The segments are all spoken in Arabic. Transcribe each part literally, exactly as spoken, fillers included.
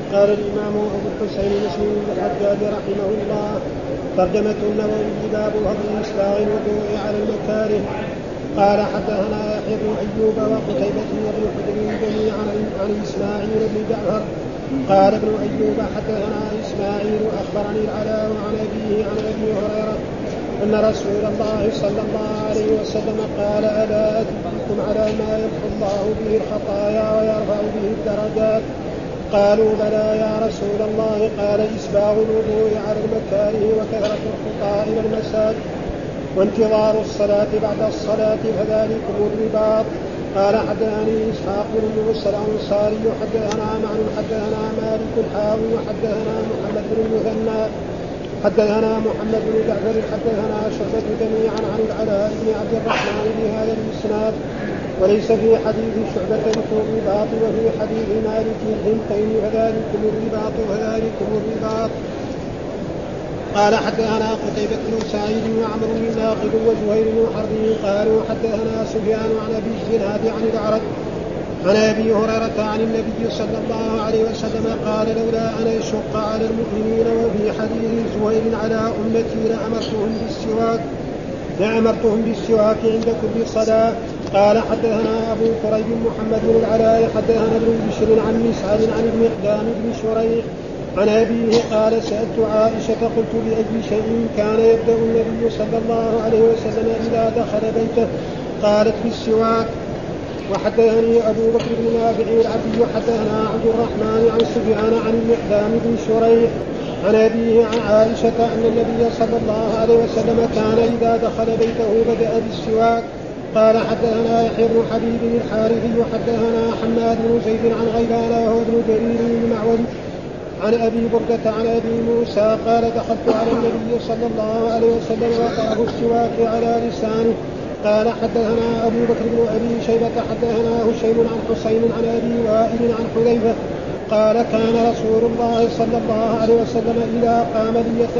قال الإمام أبو الحسين مسلم بن الحجاج رحمه الله: ترجمة النووي باب فضل إسباغ الوضوء على المكاره. قال حدثنا يحيى بن أيوب وقتيبة بن حجر جميعا عن إسماعيل بن جعفر قال ابن أيوب حدثنا إسماعيل أخبرني العلاء عن أبيه عن أبي هريرة أن رسول الله صلى الله عليه وسلم قال: ألا أدلكم على ما يمحو الله به الخطايا ويرفع به الدرجات؟ قالوا: بلى يا رسول الله. قال: إسباغ الوضوء على المكاره وكثرة الخطى إلى المساجد وانتظار الصلاة بعد الصلاة فذلكم الرباط. قال حدثني إسحاق بن موسى الأنصاري حدثنا معن حدثنا مالك الحاوي وحدثنا محمد بن المثنى حدثنا محمد بن جعفر حدثنا شعبة جميعا عن العلاء بن عبد الرحمن بهذا الإسناد، وليس في حديث شعبة ذكر الرباط وفي حديث مالك الحنطين فذلكم الرباط وذلكم الرباط. قال حدثنا قتيبة بن سعيد وعمر بن ناقد وزهير بن حرب قالوا حدثنا سفيان عن أبي الزناد عن الأعرج عن أبي هريرة عن النبي صلى الله عليه وسلم قال: لولا أن يشق على المؤمنين. وفي حديث زهير على أمتي لأمرتهم بالسواك لأمرتهم بالسواك عند كل صلاة. قال حدثنا أبو كريب محمد بن العلاء حدثنا ابن بشر عن مسعد عن المقدام بن شريح عن أبيه قال: سألت عائشة قلت: بأي شيء كان يبدأ النبي صلى الله عليه وسلم إذا دخل بيته؟ قالت: بالسواك. وحدثني أبو بكر بن نافع العبدي حدثنا عبد الرحمن عن سفيان عن المقدام بن شريح عن أبيه عن عائشة أن النبي صلى الله عليه وسلم كان إذا دخل بيته بدأ بالسواك. قال حدثنا يحيى بن حبيب الحارثي وحدثنا حماد بن زيد عن غيلان وهو ابن جرير المعولي عن أبي بردة عن أبي موسى قال: دخلت على النبي صلى الله عليه وسلم وقعه السواك على لسانه. قال حدثنا أبو بكر بن أبي شيبة حدثنا هشيم عن حسين عن أبي وائل عن حذيفة قال: كان رسول الله صلى الله عليه وسلم إذا قام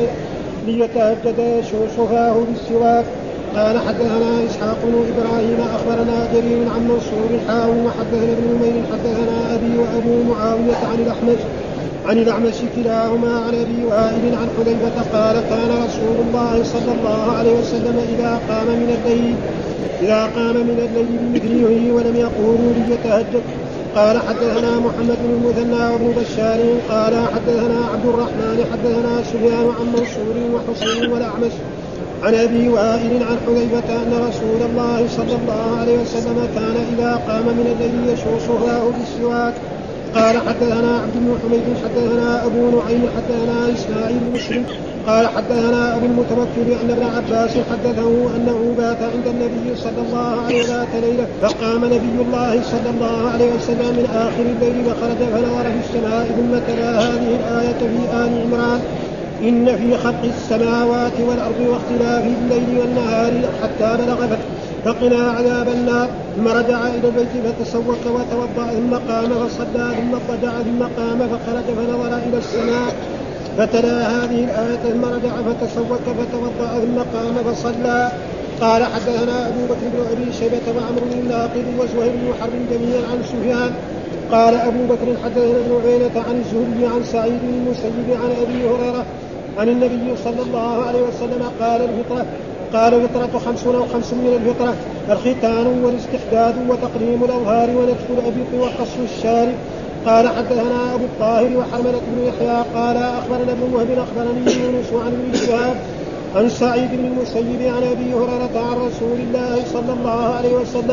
ليتهجد يشوش فاه بالسواك. قال حدثنا إسحاق بن إبراهيم أخبرنا جرير عن منصور حاو وحدثنا ابن نمير حدثنا أبي وأبو معاوية عن الأحمس عن الأعمش كلاهما عن أبي وائل عن حذيفة قال: كان رسول الله صلى الله عليه وسلم إذا قام من الليل إذا قام من الليل بمثله ولم يقولوا ليتهجد. قال حدثنا محمد بن المثنى وابن بشار قال حدثنا عبد الرحمن حدثنا سفيان عن منصور وحسين والأعمش عن أبي وائل عن حذيفة أن رسول الله صلى الله عليه وسلم كان إذا قام من الليل يشوش فاه بالسواك. قال حدثنا عبد بن حميد حدثنا أبو نعيم حدثنا إسماعيل بن مسلم قال حدثنا أبو المتوكل أن ابن عباس حدثه أنه بات عند النبي صلى الله عليه وسلم ليلة فقام نبي الله صلى الله عليه وسلم من آخر الليل فخرج فنظر في السماء ثم تلا هذه الآية في آل عمران: إن في خلق السماوات والأرض واختلاف الليل والنهار حتى بلغ فقنا عذاب النار. ثم رجع إلى البيت فتسوق وتوضأ ثم قام فصلى ثم اضطجع ثم قام فخرج فنظر إلى السماء فتلا هذه الآية ثم رجع فتسوق فتوضأ ثم قام فصلى. قال حدثنا أبو بكر بن أبي شيبة وعمر بن الناقد وزهير بن حرب جميعا عن سفيان قال أبو بكر حدثنا ابن عيينة عن الزهري عن سعيد بن المسيب عن أبي هريرة عن النبي صلى الله عليه وسلم قال: الفطرة قال الفطرة خمس أو خمس من الفطرة: الختان والاستحداد وتقليم الأظهار ونتف الأبط وقص الشارب. قال حدثنا أبو الطاهر وحرملة بن يحيى قال أخبرنا ابن وهب أخبرني يونس عن ابن شهاب عن سعيد بن المسيب عن أبي هريرة عن رسول الله صلى الله عليه وسلم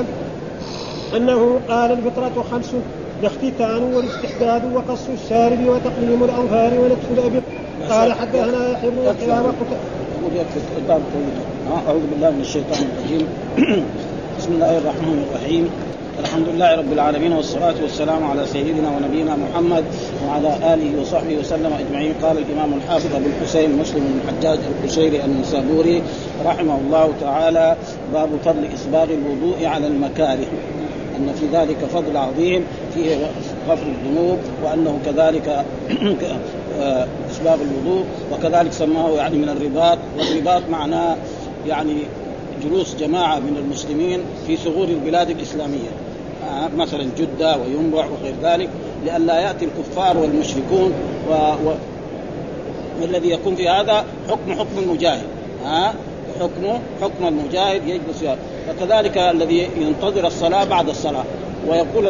أنه قال: الفطرة خمس: الاختتان والاستحداد وقص الشارب وتقليم الأظهار ونتف الأبط. قال حدثنا يحيى بن يحيى أعوذ بالله من الشيطان الرجيم. بسم الله الرحمن الرحيم. الحمد لله رب العالمين والصلاة والسلام على سيدنا ونبينا محمد وعلى آله وصحبه وسلم أجمعين. قال الإمام الحافظ أبو الحسين مسلم بن الحجاج القشيري النسابوري رحمه الله تعالى: باب فضل إسباغ الوضوء على المكاره، أن في ذلك فضل عظيم فيه غفر الذنوب، وأنه كذلك إسباغ الوضوء وكذلك سماه يعني من الرباط. والرباط معناه يعني جلوس جماعة من المسلمين في ثغور البلاد الإسلامية، مثلا جدة وينبع وغير ذلك، لئلا يأتي الكفار والمشركون و... و... والذي يكون في هذا حكم حكم المجاهد، ها حكمه حكم المجاهد يجلس فيها. وكذلك الذي ينتظر الصلاة بعد الصلاة. ويقول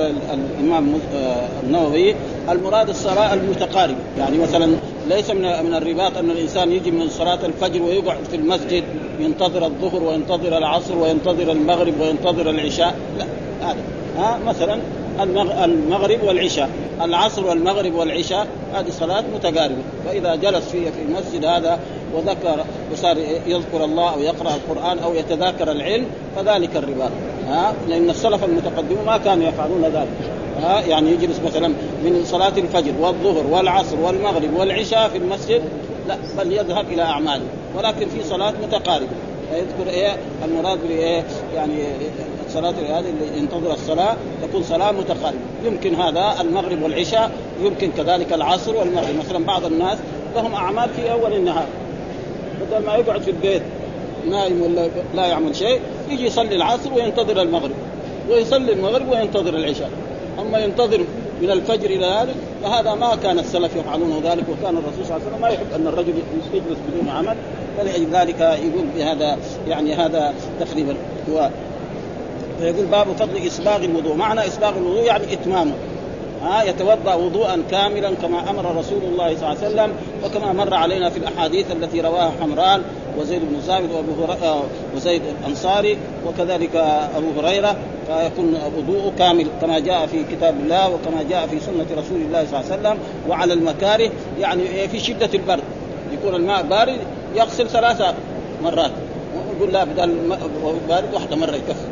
الإمام النووي المراد الصلاة المتقاربة، يعني مثلا ليس من من الرباط أن الإنسان يجي من صلاة الفجر ويقعد في المسجد ينتظر الظهر وينتظر العصر وينتظر المغرب وينتظر العشاء، لا هذا ها مثلا المغرب والعشاء، العصر والمغرب والعشاء هذه صلاة متقاربة. فإذا جلس في في المسجد هذا وذكر وصار يذكر الله أو يقرأ القرآن أو يتذاكر العلم فذلك الرباط، ها لأن السلف المتقدمون ما كانوا يفعلون ذلك. ها يعني يجلس مثلا من صلاة الفجر والظهر والعصر والمغرب والعشاء في المسجد، لا بل يذهب إلى أعماله. ولكن في صلاة متقاربة يذكر إيه المراد بإيه يعني الصلاة هذه اللي ينتظر الصلاة تكون صلاة متقاربة. يمكن هذا المغرب والعشاء، يمكن كذلك العصر والمغرب. مثلا بعض الناس لهم أعمال في أول النهار، بدل ما يقعد في البيت نايم ولا لا يعمل شيء يجي يصلي العصر وينتظر المغرب ويصلي المغرب وينتظر العشاء. أما ينتظر من الفجر إلى ذلك فهذا ما كان السلف يفعلون ذلك. وكان الرسول صلى الله عليه وسلم ما يحب أن الرجل يجلس بدون عمل، فلذلك يقول بهذا يعني هذا تقريبا هو. فيقول باب فضل إسباغ الوضوء. معنى إسباغ الوضوء يعني إتمامه، ها يتوضأ وضوءا كاملا كما أمر رسول الله صلى الله عليه وسلم، وكما مر علينا في الأحاديث التي رواها حمران وزيد بن ثابت وزيد الأنصاري وكذلك أبو هريرة، فيكون وضوء كامل كما جاء في كتاب الله وكما جاء في سنة رسول الله صلى الله عليه وسلم. وعلى المكاره يعني في شدة البرد يكون الماء بارد يغسل ثلاثة مرات، ويقول لا بدل بارد واحدة مرة يكفي،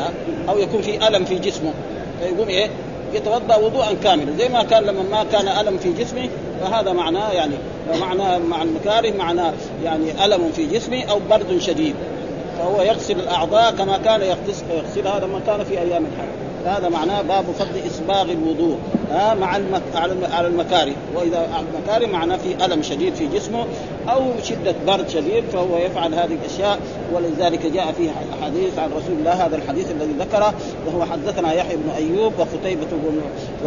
أو يكون في ألم في جسمه فيقوم إيه يتوضأ وضوءا كاملا زي ما كان لما ما كان ألم في جسمه. فهذا معناه يعني معناه مع المكاره معناه يعني ألم في جسمه أو برد شديد، فهو يغسل الأعضاء كما كان يغسل هذا ما كان في أيام الحج. هذا معناه باب فضل إسباغ الوضوء ها مع المك... على المكاره. وإذا المكاره معناه في ألم شديد في جسمه أو شدة برد شديد فهو يفعل هذه الأشياء. ولذلك جاء فيه حديث عن رسول الله هذا الحديث الذي ذكره، وهو حدثنا يحيى بن أيوب وقتيبة بن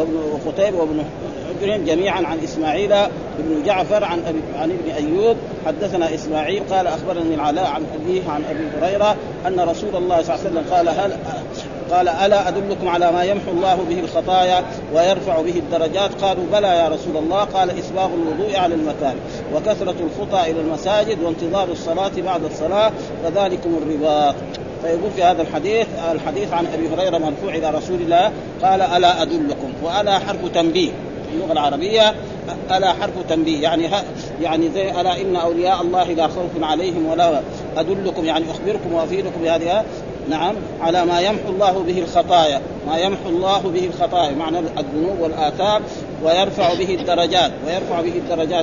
وقتيبة وابن حجر جميعا عن إسماعيل بن جعفر عن أبي عن ابن أيوب. حدثنا إسماعيل قال أخبرني العلاء عن أبيه عن أبي هريرة أن رسول الله صلى الله عليه وسلم قال هل قال ألا أدلكم على ما يمحو الله به الخطايا ويرفع به الدرجات؟ قالوا بلى يا رسول الله. قال إسباغ الوضوء على المكاره وكثرة الخطى إلى المساجد وانتظار الصلاة بعد الصلاة فذلكم الرباط. فيقول في هذا الحديث الحديث عن أبي هريرة مرفوع إلى رسول الله قال ألا أدلكم، وألا حرف تنبيه في اللغة العربية، ألا حرف تنبيه يعني يعني زي ألا إن أولياء الله لا خوف عليهم ولا أدلكم يعني أخبركم وأفيدكم بهذه نعم على ما يمحو الله به الخطايا، ما يمحو الله به الخطايا معنى الذنوب والآثام ويرفع به الدرجات ويرفع به الدرجات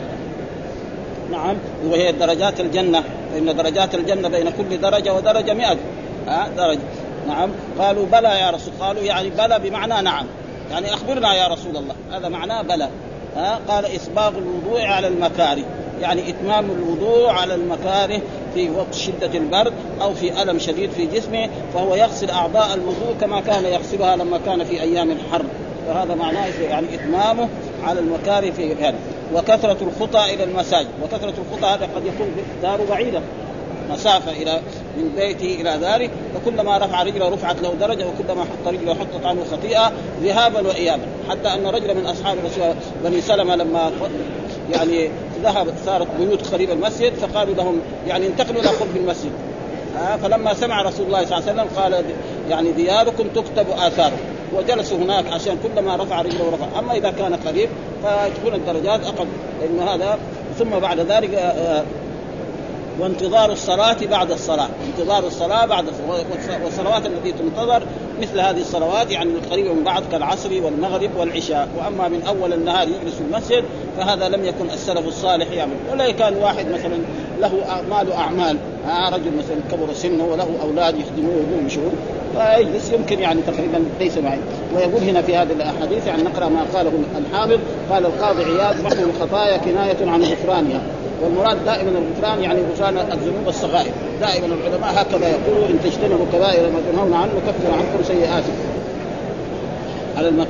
نعم وهي درجات الجنة، فإن درجات الجنة بين كل درجة ودرجة مئة ها درجة نعم. قالوا بلى يا رسول، قالوا يعني بلى بمعنى نعم يعني أخبرنا يا رسول الله، هذا معناه بلى. ها قال إسباغ الوضوء على المكاره يعني إتمام الوضوء على المكاره في وقت شدة البرد أو في ألم شديد في جسمه، فهو يغسل أعضاء الوضوء كما كان يغسلها لما كان في أيام الحر. فهذا معناه يعني إتمامه على المكاره في هذا. وكثرة الخطى إلى المساجد، وكثرة الخطى هذا قد يكون دار بعيدة مسافة إلى من بيته إلى ذلك، فكلما رفع رجله رفعت له درجة، وكلما حط رجله حطت عنه خطيئة ذهابا وإيابا. حتى أن رجل من أصحاب رسول بني سلمة لما يعني ذهب صارت بيوت قريب المسجد فقالوا لهم يعني انتقلوا إلى قرب المسجد. آه فلما سمع رسول الله صلى الله عليه وسلم قال يعني دياركم تكتب آثاركم، وجلسوا هناك عشان كلما رفع رجله رفع. أما إذا كان قريب فتكون الدرجات أقل، لأن هذا. ثم بعد ذلك آه وانتظار الصلاة بعد الصلاة، انتظار الصلاة بعد الصلاة، والصلوات التي تنتظر مثل هذه الصلوات يعني القريبة من بعض كالعصر والمغرب والعشاء. وأما من أول النهار يجلس في المسجد فهذا لم يكن السلف الصالح يعمل. ولا كان واحد مثلا له أعمال أعمال آه رجل مثلا كبر سنه وله أولاد يخدموه ويقوم بشغل فيجلس يمكن يعني تقريبا ليس معي. ويقول هنا في هذا الحديث يعني نقرأ ما قاله الحافظ. قال القاضي عياض محو الخطايا كناية عن غفرانها، والمراد دائما الغفران يعني غفران الذنوب الصغائر. دائما العلماء هكذا يقولوا إن تجتنبوا كبائر ما تنهون عنه نكفر عنكم سيئاتكم على المكان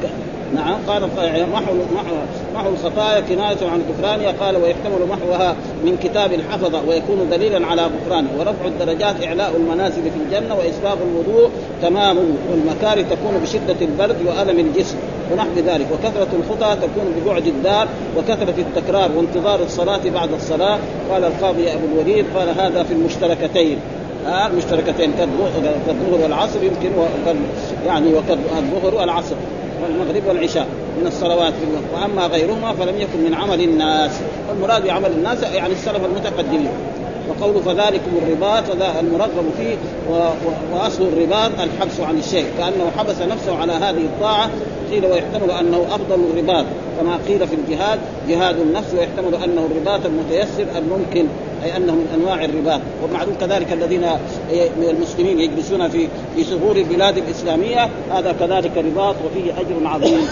نعم قال محو محو محو الخطايا كناية عن غفرانها. قال ويحتمل محوها من كتاب الحفظة ويكون دليلا على غفرانه. ورفع الدرجات إعلاء المنازل في الجنة وإسباغ الوضوء تمامه. والمكاره تكون بشدة البرد وألم الجسم ونحو ذلك. وكثرة الخطى تكون ببعد الدار وكثرة التكرار وانتظار الصلاة بعد الصلاة. قال القاضي أبو الوليد قال هذا في المشتركتين آه المشتركتين كالظهر والعصر يمكن يعني وكالظهر والعصر والمغرب والعشاء من الصلوات في الوقت. وأما غيرهما فلم يكن من عمل الناس. والمراد بعمل الناس يعني السلف المتقدمين. وقوله فذلكم الرباط فذا المرغب فيه وأصل الرباط الحبس عن الشيء كأنه حبس نفسه على هذه الطاعة. قيل ويحتمل أنه أفضل الرباط كما قيل في الجهاد جهاد النفس. ويحتمل أنه الرباط المتيسر الممكن أي أنه من أنواع الرباط. ومعلوم كذلك الذين من المسلمين يجلسون في في صغور البلاد الإسلامية هذا كذلك رباط وفيه أجر عظيم.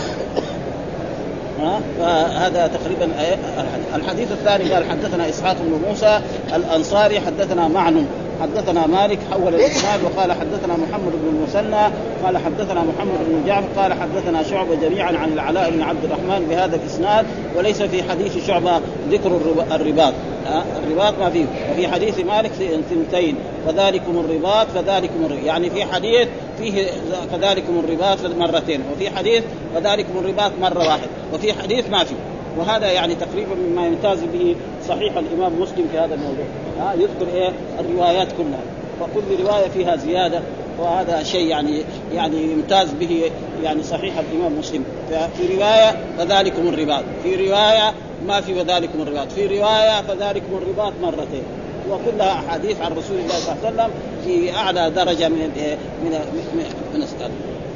فهذا تقريبا الحديث الثاني. قال حدثنا إسحاق بن موسى الأنصاري حدثنا معن حدثنا مالك حول الإسناد وقال حدثنا محمد بن المثنى قال حدثنا محمد بن جعفر قال حدثنا شعبة جميعا عن العلاء بن عبد الرحمن بهذا الإسناد. وليس في حديث شعبة ذكر الرباط الرباط ما فيه. وفي حديث مالك ثنتين فذلكم الرباط فذلكم الرباط يعني في حديث فيه فذلكم الرباط مرتين وفي حديث فذلكم الرباط مرة واحد وفي حديث ما فيه. وهذا يعني تقريبا مما يمتاز به صحيح الإمام مسلم في هذا الموضوع. ها يذكر إيه الروايات كلها فكل رواية فيها زيادة. وهذا شيء يعني يعني يمتاز به يعني صحيح الإمام مسلم. في رواية فذلكم الرباط في رواية ما في فذلكم الرباط في رواية فذلكم الرباط مرتين. وكلها أحاديث عن رسول الله صلى الله عليه وسلم في أعلى درجة من من من, من السؤال.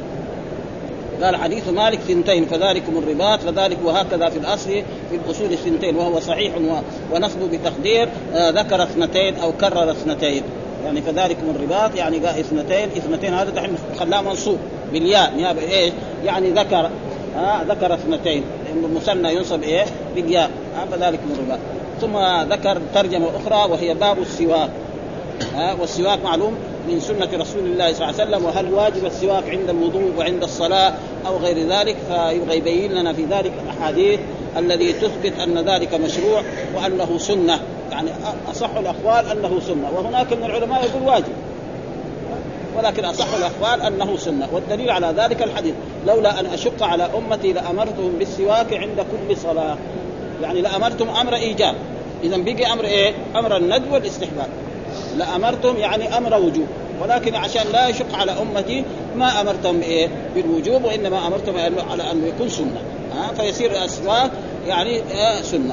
قال حديث مالك ثنتين فذلكم الرباط فذلك. وهكذا في الأصل في الأصول الثنتين وهو صحيح ونصب بتقدير ذكر اثنتين أو كرر اثنتين يعني فذلكم الرباط يعني قال اثنتين اثنتين هذا دحين خلاه منصوب بالياء نيابة إيه يعني ذكر آه ذكر اثنتين لأن المثنى ينصب إيه بالياء آه فذلكم الرباط. ثم ذكر ترجمة أخرى وهي باب السواك. آه والسواك معلوم من سنة رسول الله صلى الله عليه وسلم. وهل واجب السواك عند الوضوء وعند الصلاة أو غير ذلك فيبغى يبين لنا في ذلك الأحاديث الذي تثبت أن ذلك مشروع وأنه سنة يعني أصح الأقوال أنه سنة. وهناك من العلماء يقول واجب ولكن أصح الأقوال أنه سنة. والدليل على ذلك الحديث لولا أن أشق على أمتي لأمرتهم بالسواك عند كل صلاة يعني لأمرتم أمر إيجاب. إذن بيجي أمر إيه أمر الندب والاستحباب. لأمرتم يعني أمر وجوب ولكن عشان لا يشق على أمتي ما أمرتم إيه بالوجوب وإنما أمرتم على أن يكون سنة. ها فيصير السواك يعني آه سنة.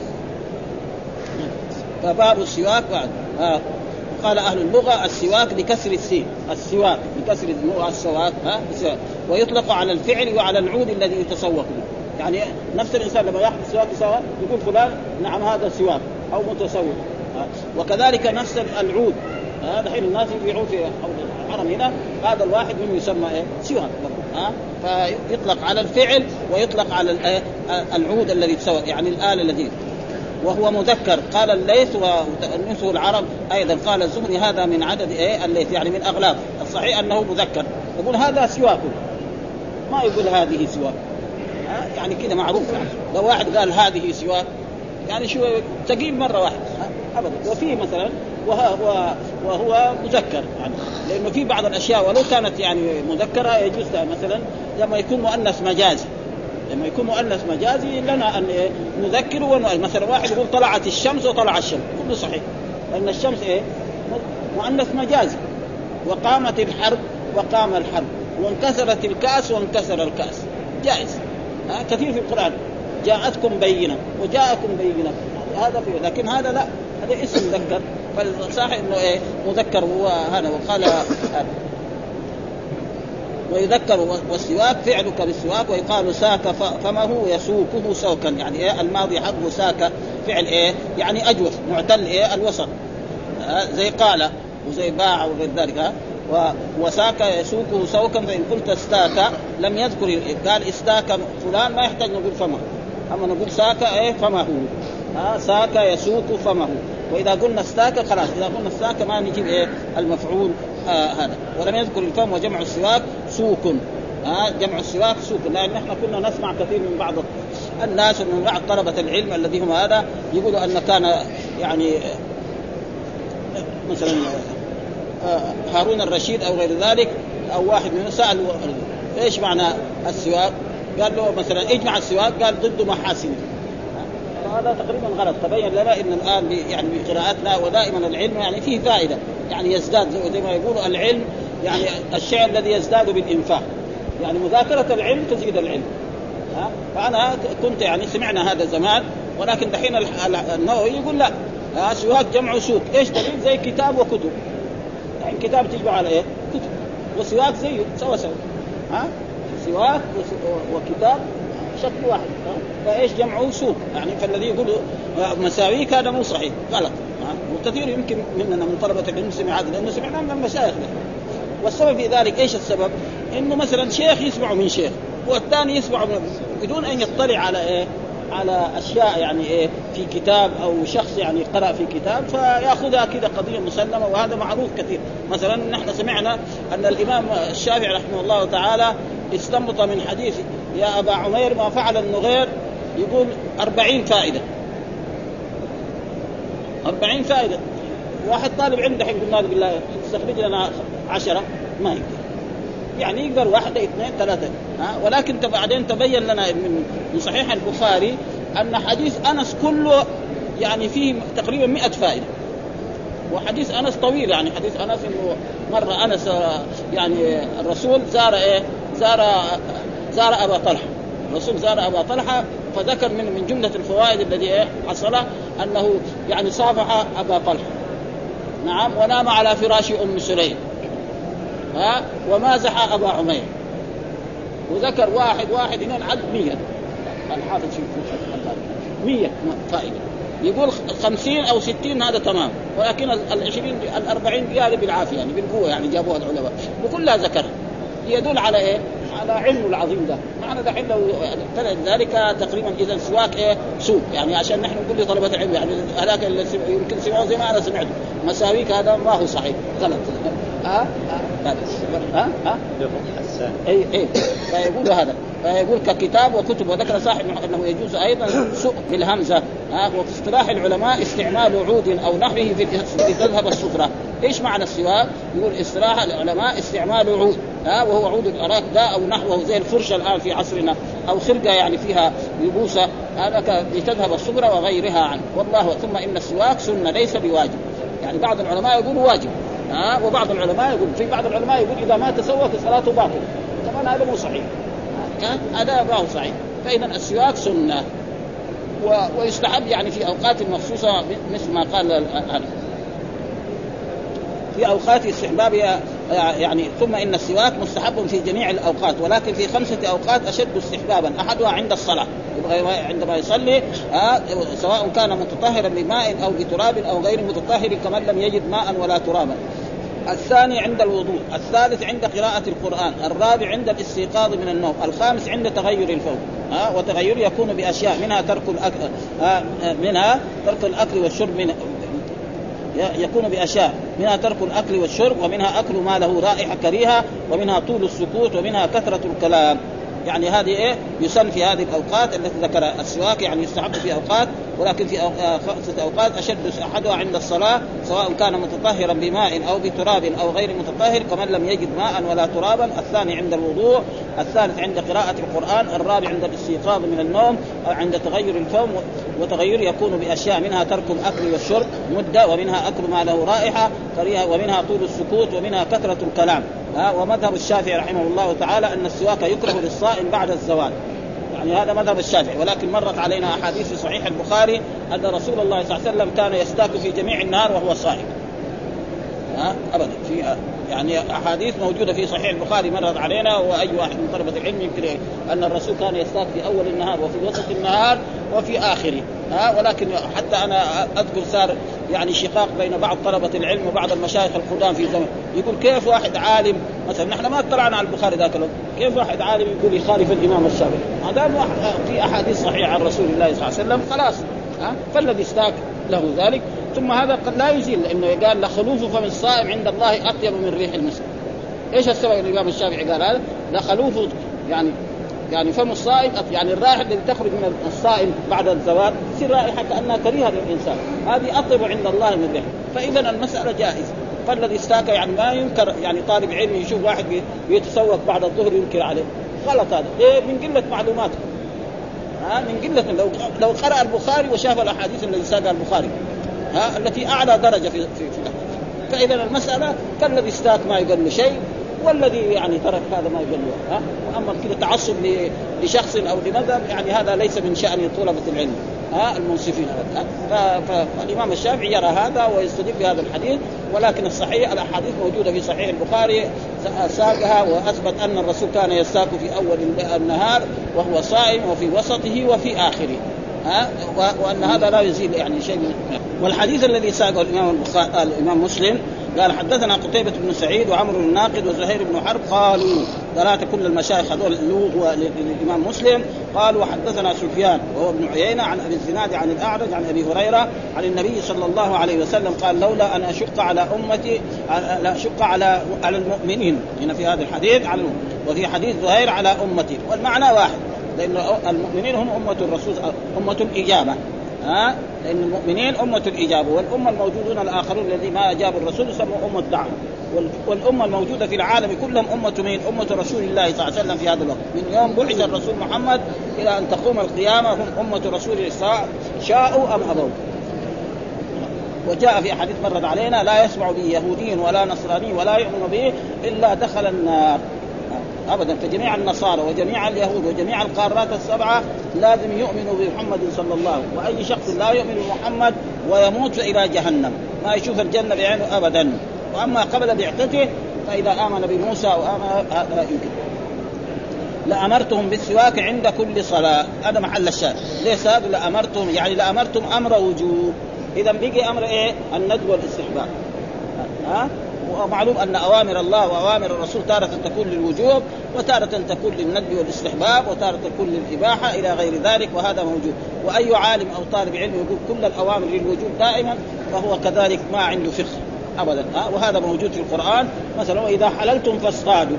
فباب السواك بعد آه قال أهل اللغة السواك بكسر السين السواك بكسر السواك ها ويطلق على الفعل وعلى العود الذي يتسوق له. يعني نفس الإنسان لما يأخذ السواك سواء يقول فلان نعم هذا سواك أو متسوق. وكذلك نفس العود هذا حين الناس يبيعون في الحرم هنا هذا الواحد منه يسمى إيه سواك ها فيطلق على الفعل ويطلق على العود الذي يتسوق يعني الآلة التي وهو مذكر. قال الليث ونسه العرب أيضا. قال الزهري هذا من عدد إيه الليث يعني من أغلاب. الصحيح أنه مذكر يقول هذا سواك ما يقول هذه سواك يعني كده معروف. يعني لو واحد قال هذه سواك يعني شو تقيل مرة واحدة أبدا. وفيه مثلا وهو, وهو مذكر يعني لأنه في بعض الأشياء ولو كانت يعني مذكرة يجوز مثلا لما يكون مؤنث مجازي لما يكون مؤنث مجازي لنا أن نذكره. مثلا واحد يقول طلعت الشمس وطلع الشمس كله صحيح لأن الشمس إيه مؤنث مجازي. وقامت الحرب وقام الحرب وانكسرت الكأس وانكسر الكأس جائز. ها كثير في القرآن جاءتكم بينة وجاءكم بينة هذا فيه. لكن هذا لا هذا اسم مذكر فالصحيح انه ايه مذكر هو هذا. وقال ويذكر والسواك فعلك بالسواك ويقال ساك فمه يسوكه سوكا يعني ايه الماضي حقه ساك فعل ايه يعني اجوف معتل ايه الوسط زي قال وزي باع وغير ذلك. ها وساك يسوكه سوكا. فإن قلت استاك لم يذكر قال استاك فلان ما يحتاج نقول فمه أما نقول ساك إيه فمه. ها ساك يسوك فمه. وإذا قلنا استاك خلاص إذا قلنا استاك ما نجيب إيه المفعول آه هذا. ولم يذكر الفم وجمع السواك سوك ها جمع السواك سوق، لأن احنا كنا نسمع كثير من بعض الناس ومن بعض طلبة العلم الذي هم هذا يقولوا أن كان يعني مثلا هارون الرشيد أو غير ذلك أو واحد منهم سأل إيش معنى السواك، قال له مثلا اجمع السواك، قال ضد محاسنه. هذا تقريبا غلط. تبين لنا ان الان يعني بقراءتنا ودائما العلم يعني فيه فائده، يعني يزداد زي ما يقولوا العلم يعني الشيء الذي يزداد بالانفاق، يعني مذاكره العلم تزيد العلم. ها فانا كنت يعني سمعنا هذا زمان، ولكن دحين النووي يقول لا سواك جمع سوق. ايش دليل؟ زي كتاب وكتب، يعني كتاب تجمع على ايه؟ كتب، وسواك زيه سوا سوا. ها سواك وكتاب شكل واحد. فايش جمعه سوق؟ يعني فالذي يقول مساويك هذا مو صحيح، غلط. وكثير يمكن مننا من طلبة العلم سمع هذا، لأنه سمعناه من المشايخ. والسبب في ذلك ايش السبب؟ انه مثلا شيخ يسمع من شيخ والثاني يسمع من بدون ان يطلع على ايه؟ على اشياء يعني ايه في كتاب او شخص يعني قرأ في كتاب فياخذها كذا قضيه مسلمه، وهذا معروف كثير. مثلا نحن سمعنا ان الامام الشافعي رحمه الله تعالى استنبط من حديث يا ابا عمير ما فعل النغير، يقول أربعين فائده. أربعين فائده. واحد طالب علم دحين قلنا له بالله استخرج لنا عشرة، ما يقدر. يعني يقدر واحدة اثنين ثلاثة. ها ولكن بعدين تبين لنا من صحيح البخاري أن حديث أنس كله يعني فيه تقريبا مئة فائدة. وحديث أنس طويل، يعني حديث أنس إنه مرة أنس يعني الرسول زار إيه زار زار أبا طلحة. الرسول زار أبا طلحة فذكر من من جملة الفوائد الذي إيه حصلها أنه يعني صافح أبا طلحة. نعم. ونام على فراش أم سليم. ها ومازح أبا عمير. وذكر واحد واحد إنه العد مية. الحافظ في مية فائدة. يقول خمسين أو ستين هذا تمام، ولكن العشرين الأربعين هذه بالعافية يعني بالقوة يعني جابوها العلماء وكلها ذكر. يدل على إيه؟ على علمه العظيم ده. معنى ده حين ذلك تقريبا إذا سواك إيه سوق، يعني عشان نحن نقول لطلبة العلم يعني هذاك اللي يمكن سمعوا زي ما أنا سمعته مساويك هذا ما هو صحيح، غلط. ها ها ها ها اي اي فيقول هذا فيقول ككتاب وكتب. وذكر صاحب انه يجوز ايضا سوق بالهمزه. ها وفي اصطلاح العلماء استعمال عود او نحوه في تذهب السفره. ايش معنى السواك؟ يقول اصطلاح العلماء استعمال عود، ها وهو عود الاراك ده او نحوه زي الفرشه الان في عصرنا، او خرقه يعني فيها يبوسه، هذا لتذهب السفره وغيرها عنه. والله ثم ان السواك سنه ليس بواجب. يعني بعض العلماء يقولوا واجب، ها وبعض العلماء يقول في بعض العلماء يقول اذا ما تسوى صلاته باطله. طبعا هذا مو صحيح، هذا ما هو صحيح. فاذا السواك سنه و... ويستحب يعني في اوقات مخصوصه مثل ما قال هذا في اوقات استحبابها يعني. ثم ان السواك مستحب في جميع الاوقات، ولكن في خمسه اوقات اشد استحبابا. احدها عند الصلاه، عندما يصلي سواء كان متطهرا بماء او بتراب او غير متطهر كمن لم يجد ماء ولا ترابا. الثاني عند الوضوء. الثالث عند قراءة القرآن. الرابع عند الاستيقاظ من النوم. الخامس عند تغير الفوق. ها وتغير يكون بأشياء منها ترك الأكل منها ترك الأكل والشرب من يكون بأشياء منها ترك الأكل والشرب، ومنها أكل ما له رائحة كريهة، ومنها طول السكوت، ومنها كثرة الكلام. يعني هذه إيه يسن في هذه الأوقات التي ذكر السواك، يعني يستحب في أوقات، ولكن في خمسة أوقات أشد. أحدها عند الصلاة سواء كان متطهرا بماء أو بتراب أو غير متطهر كمن لم يجد ماء ولا ترابا. الثاني عند الوضوء. الثالث عند قراءة القرآن. الرابع عند الاستيقاظ من النوم أو عند تغير الفم، وتغير يكون بأشياء منها ترك الأكل والشرب مدة، ومنها أكل ما له رائحة كريهة، ومنها طول السكوت، ومنها كثرة الكلام. ها ومذهب الشافعي رحمه الله تعالى أن السواك يكره للصائم بعد الزوال. يعني هذا مذهب الشافعي. ولكن مرت علينا أحاديث في صحيح البخاري أن رسول الله صلى الله عليه وسلم كان يستاك في جميع النهار وهو صائم. ها أبدا في يعني أحاديث موجودة في صحيح البخاري مرت علينا، وأي واحد من طلبة العلم يمكن أن الرسول كان يستاك في أول النهار وفي وسط النهار وفي آخره. ها ولكن حتى أنا أذكر صار يعني شقاق بين بعض طلبة العلم وبعض المشايخ القدام في زمن، يقول كيف واحد عالم مثلا نحن ما اطلعنا على البخاري ذاك الوقت، كيف واحد عالم يقول يخالف الإمام الشافعي؟ هذا في أحاديث صحيحة عن رسول الله صلى الله عليه وسلم خلاص. ها فالذي استاك له ذلك. ثم هذا قد لا يزيل، لأنه قال لخلوف فم الصائم عند الله أطيب من ريح المسك. إيش السبب الإمام الشافعي قال هذا؟ لخلوف يعني يعني فم الصائم يعني الرائحة اللي تخرج من الصائم بعد الزوال تصير رائحة كأنها كريهة للإنسان، هذه أطيب عند الله من الريح. فإذا المسألة جائزة. فالذي استاك يعني ما ينكر، يعني طالب علم يشوف واحد يتسوق بعد الظهر ينكر عليه، غلط هذا. ليه؟ من قلة معلوماته، ها من قلة. لو لو قرأ البخاري وشاف الأحاديث التي ساقها البخاري ها التي أعلى درجة في في, في فإذا المسألة كالذي استاك ما يقل له شيء، والذي يعني ترك هذا ما يقل له. ها وأما كده تعصب لشخص أو لمذهب يعني هذا ليس من شأن طلبة العلم ها المنصفين. فالإمام الشافعي يرى هذا ويستدل بهذا الحديث، ولكن الصحيح الأحاديث موجودة في صحيح البخاري ساقها وأثبت أن الرسول كان يستاك في أول النهار وهو صائم وفي وسطه وفي آخره، ها وأن هذا لا يزيد يعني شيء من. والحديث الذي ساقه الإمام البخاري الإمام مسلم قال حدثنا قتيبة بن سعيد وعمرو الناقد وزهير بن حرب قالوا ثلاثة كل المشايخ هذول اللغة للإمام مسلم قالوا حدثنا سفيان وهو ابن عيينة عن أبي الزناد عن الأعرج عن أبي هريرة عن النبي صلى الله عليه وسلم قال لولا أن أشق على أمتي لا أشق على على المؤمنين هنا في هذا الحديث على وفي حديث زهير على أمتي، والمعنى واحد، لأن المؤمنين هم أمة الرسول أمة الإجابة، ها لأن المؤمنين أمة الإجابة، والأمة الموجودون الآخرون الذي ما أجابوا الرسول يسموا أمة دعوة، والأمة الموجودة في العالم كلهم أمة مين؟ أمة رسول الله صلى الله عليه وسلم في هذا الوقت، من يوم بعث الرسول محمد إلى أن تقوم القيامة هم أمة رسول الله شاءوا أم أبوا. وجاء في حديث مرد علينا لا يسمع به يهودي ولا نصراني ولا يؤمن به إلا دخل النار أبدا. فجميع النصارى وجميع اليهود وجميع القارات السبعة لازم يؤمنوا بمحمد صلى الله عليه وسلم، وأي شخص لا يؤمن بمحمد ويموت إلى جهنم ما يشوف الجنة بعينه أبدا. وأما قبل بعثته فإذا آمن بموسى وآمن هذا يمكن. لأمرتهم بالسواك عند كل صلاة، هذا محل الشاهد. ليس هذا لأمرتهم يعني لأمرتم أمر وجوب، إذا بيجي أمر إيه؟ الندب والاستحباب. ها ومعلوم أن أوامر الله وأوامر الرسول تارة تكون للوجوب وتارة تكون للندب والاستحباب وتارة تكون للإباحة إلى غير ذلك، وهذا موجود. وأي عالم أو طالب علم يقول كل الأوامر للوجوب دائما فهو كذلك ما عنده فقه أبدا. ها وهذا موجود في القرآن، مثلا وإذا حللتم فاصطادوا،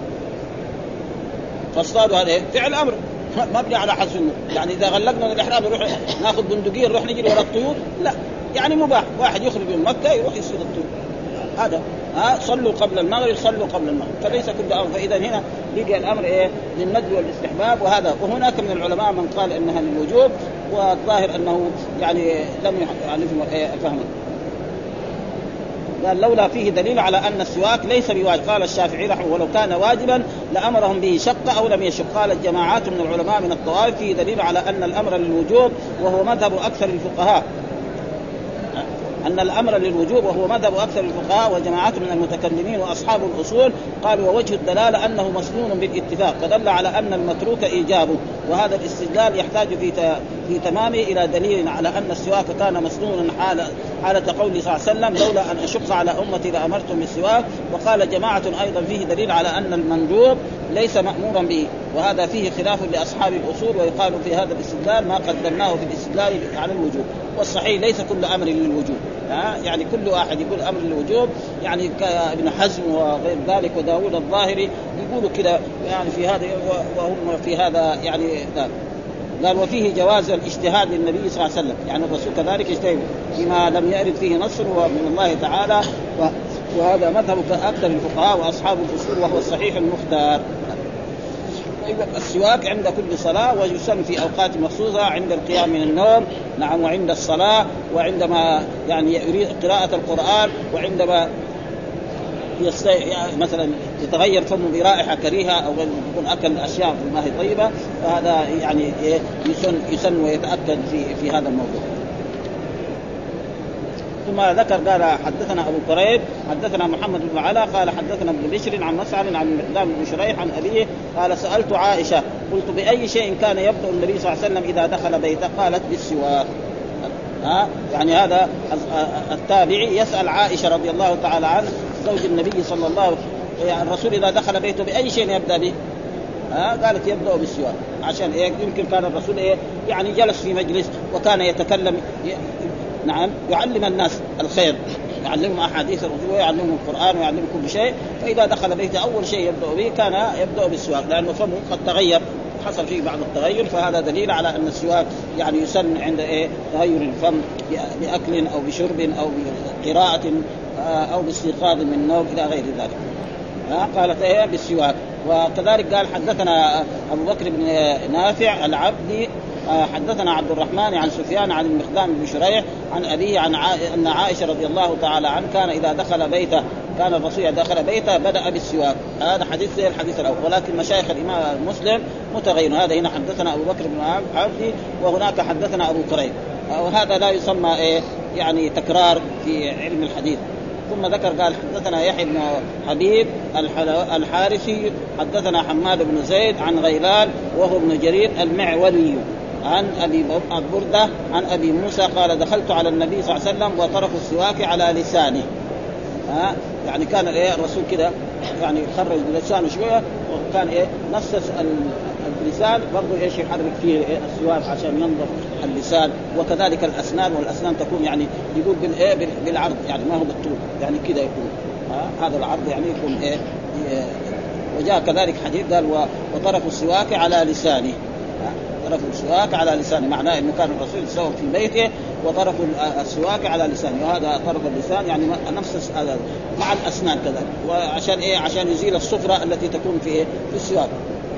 فاصطادوا هذا فعل أمر مبني على حذف النون، يعني إذا غلقنا الإحرام نروح ناخذ بندقية نروح نجري وراء الطيور، لا يعني مباح. واحد يخرج من مكة يروح يصيد الطيور، هذا ها صلوا قبل المغرب صلوا قبل المغرب، فليس كل أمر. فإذا هنا بيجي الأمر إيه للندب والاستحباب وهذا. وهناك من العلماء من قال إنها للوجوب، والظاهر أنه يعني لم يعرفهم فهمه. قال لولا فيه دليل على أن السواك ليس بواجب. قال الشافعي رحمه ولو كان واجبا لأمرهم به شق أو لم يشق. قال الجماعات من العلماء من الطوائف فيه دليل على أن الأمر للوجوب وهو مذهب أكثر الفقهاء، أن الأمر للوجوب وهو مذهب أكثر الفقهاء وجماعات من المتكلمين وأصحاب الأصول. قال ووجه الدلالة أنه مسنون بالاتفاق، فدل على أن المتروك إيجابه، وهذا الاستدلال يحتاج في في تمامه إلى دليل على أن السواك كان مسنونا حال حالة قوله صلى الله عليه وسلم لولا أن أشق على أمتي لأمرتم بالسواك. وقال جماعة أيضا فيه دليل على أن المندوب ليس مأمورا به، وهذا فيه خلاف لأصحاب الأصول، ويقال في هذا الاستدلال ما قدمناه في الاستدلال على الوجوب. والصحيح ليس كل أمر للوجوب، يعني كل واحد يقول أمر للوجوب، يعني كابن حزم وغير ذلك وداود الظاهري يقولوا كده يعني في هذا، وهم في هذا يعني ذلك. قال وفيه جواز الاجتهاد للنبي صلى الله عليه وسلم، يعني الرسول كذلك اجتهد فيما لم يرد فيه نص ومن الله تعالى، وهذا مذهب أكثر الفقهاء وأصحاب الأصول وهو الصحيح المختار. السواك عند كل صلاة، ويسن في أوقات مخصوصة عند القيام من النوم، نعم، وعند الصلاة، وعندما يعني يريد قراءة القرآن، وعندما يست... يعني مثلا يتغير فمه برائحة كريهة أو يكون أكل أشياء ما هي طيبة، فهذا يعني يسن يسن ويتأكد في في هذا الموضوع. ثم ذكر قال حدثنا أبو كريب حدثنا محمد بن علاء قال حدثنا ابن بشر عن مسعر عن المقدام بن شريح عن أبيه قال سألت عائشة قلت بأي شيء كان يبدأ النبي صلى الله عليه وسلم إذا دخل بيته؟ قالت بالسواك. ها يعني هذا التابعي يسأل عائشة رضي الله تعالى عنه زوج النبي صلى الله عليه وسلم يعني الرسول إذا دخل بيته بأي شيء يبدأ به؟ ها قالت يبدأ بالسواك، عشان إيه؟ يمكن كان الرسول إيه يعني جلس في مجلس وكان يتكلم ي... نعم يعلم الناس الخير يعلمهم أحاديث الرسول ويعلمهم القرآن ويعلمهم كل شيء. فإذا دخل بيته أول شيء يبدأ به كان يبدأ بالسواك، لأنه فمه قد تغير، حصل فيه بعض التغير، فهذا دليل على أن السواك يعني يسن عند إيه تغير الفم بأكل أو بشرب أو بقراءة أو باستيقاظ من النوم إلى غير ذلك. قالت إيه بالسواك. وكذلك قال حدثنا أبو بكر بن نافع العبدي حدثنا عبد الرحمن عن سفيان عن المقدام بن شريح عن أبيه عن ع... أن عائشة رضي الله تعالى عنها كان إذا دخل بيته كان الرسول إذا دخل بيته بدأ بالسواك. هذا حديث زي الحديث الأول، ولكن مشايخ الإمام مسلم متغيرون. هذا هنا حدثنا أبو بكر بن عبدي وهناك حدثنا أبو كريب، وهذا لا يسمى إيه يعني تكرار في علم الحديث. ثم ذكر قال حدثنا يحيى بن حبيب الحارثي حدثنا حماد بن زيد عن غيلان وهو ابن جرير المعولي عن أبي بردة عن أبي موسى قال دخلت على النبي صلى الله عليه وسلم وطرف السواك على لسانه. ها يعني كان إيه الرسول كده يعني خرج لسانه شوية، وكان إيه نصص اللسان برضو إيش يحرك فيه إيه السواك عشان ينظف اللسان. وكذلك الأسنان، والأسنان تكون يعني يقول بالإيه بالعرض، يعني ما هو بالطول، يعني كده يكون ها هذا العرض يعني يكون إيه, إيه. وجاء كذلك حديث قال وطرف السواك على لسانه، طرف السواك على لسانه معناه انه كان الرسول يسوق في بيته وطرف السواك على لسانه، وهذا طرف اللسان يعني نفس هذا مع الاسنان كذلك. وعشان ايه؟ عشان يزيل الصفرة التي تكون في إيه؟ في السواك،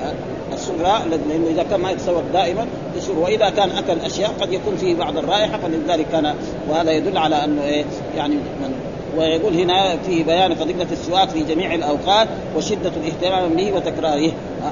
الصفرة لانه اذا كان ما يتسوق دائما يصير، واذا كان اكل اشياء قد يكون فيه بعض الرائحه، فلذلك كان وهذا يدل على انه ايه يعني من. ويقول هنا في بيان فضيلة السواك في جميع الأوقات وشدة الاهتمام به وتكراره.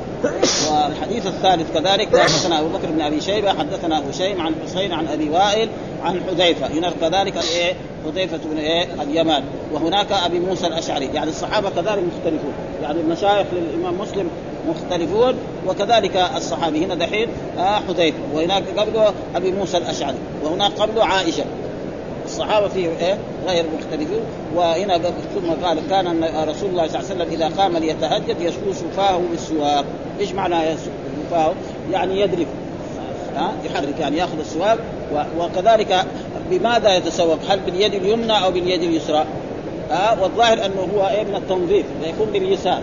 والحديث الثالث كذلك حدثنا أبو بكر بن أبي شيبة حدثنا هشيم عن حسين عن أبي وائل عن حذيفة. هنا كذلك إيه حذيفة بن إيه اليمان، وهناك أبي موسى الأشعري. يعني الصحابة كذلك مختلفون، يعني المشايخ للإمام مسلم مختلفون، وكذلك الصحابي هنا دحين آه حذيفة، وهناك قبله أبي موسى الأشعري، وهناك قبله عائشة. الصحابة فيه إيه غير مختلفون. وهنا ثم قال كان رسول الله صلى الله عليه وسلم إذا قام ليتهجد يشوش فاه بالسواك. إيش معنى يشوش فاه؟ يعني يدرك، ها يحرك، يعني يأخذ السواك. وكذلك بماذا يتسوق؟ هل باليد اليمنى أو باليد اليسرى؟ ها والظاهر أنه هو إيه من التنظيف يكون باليسار،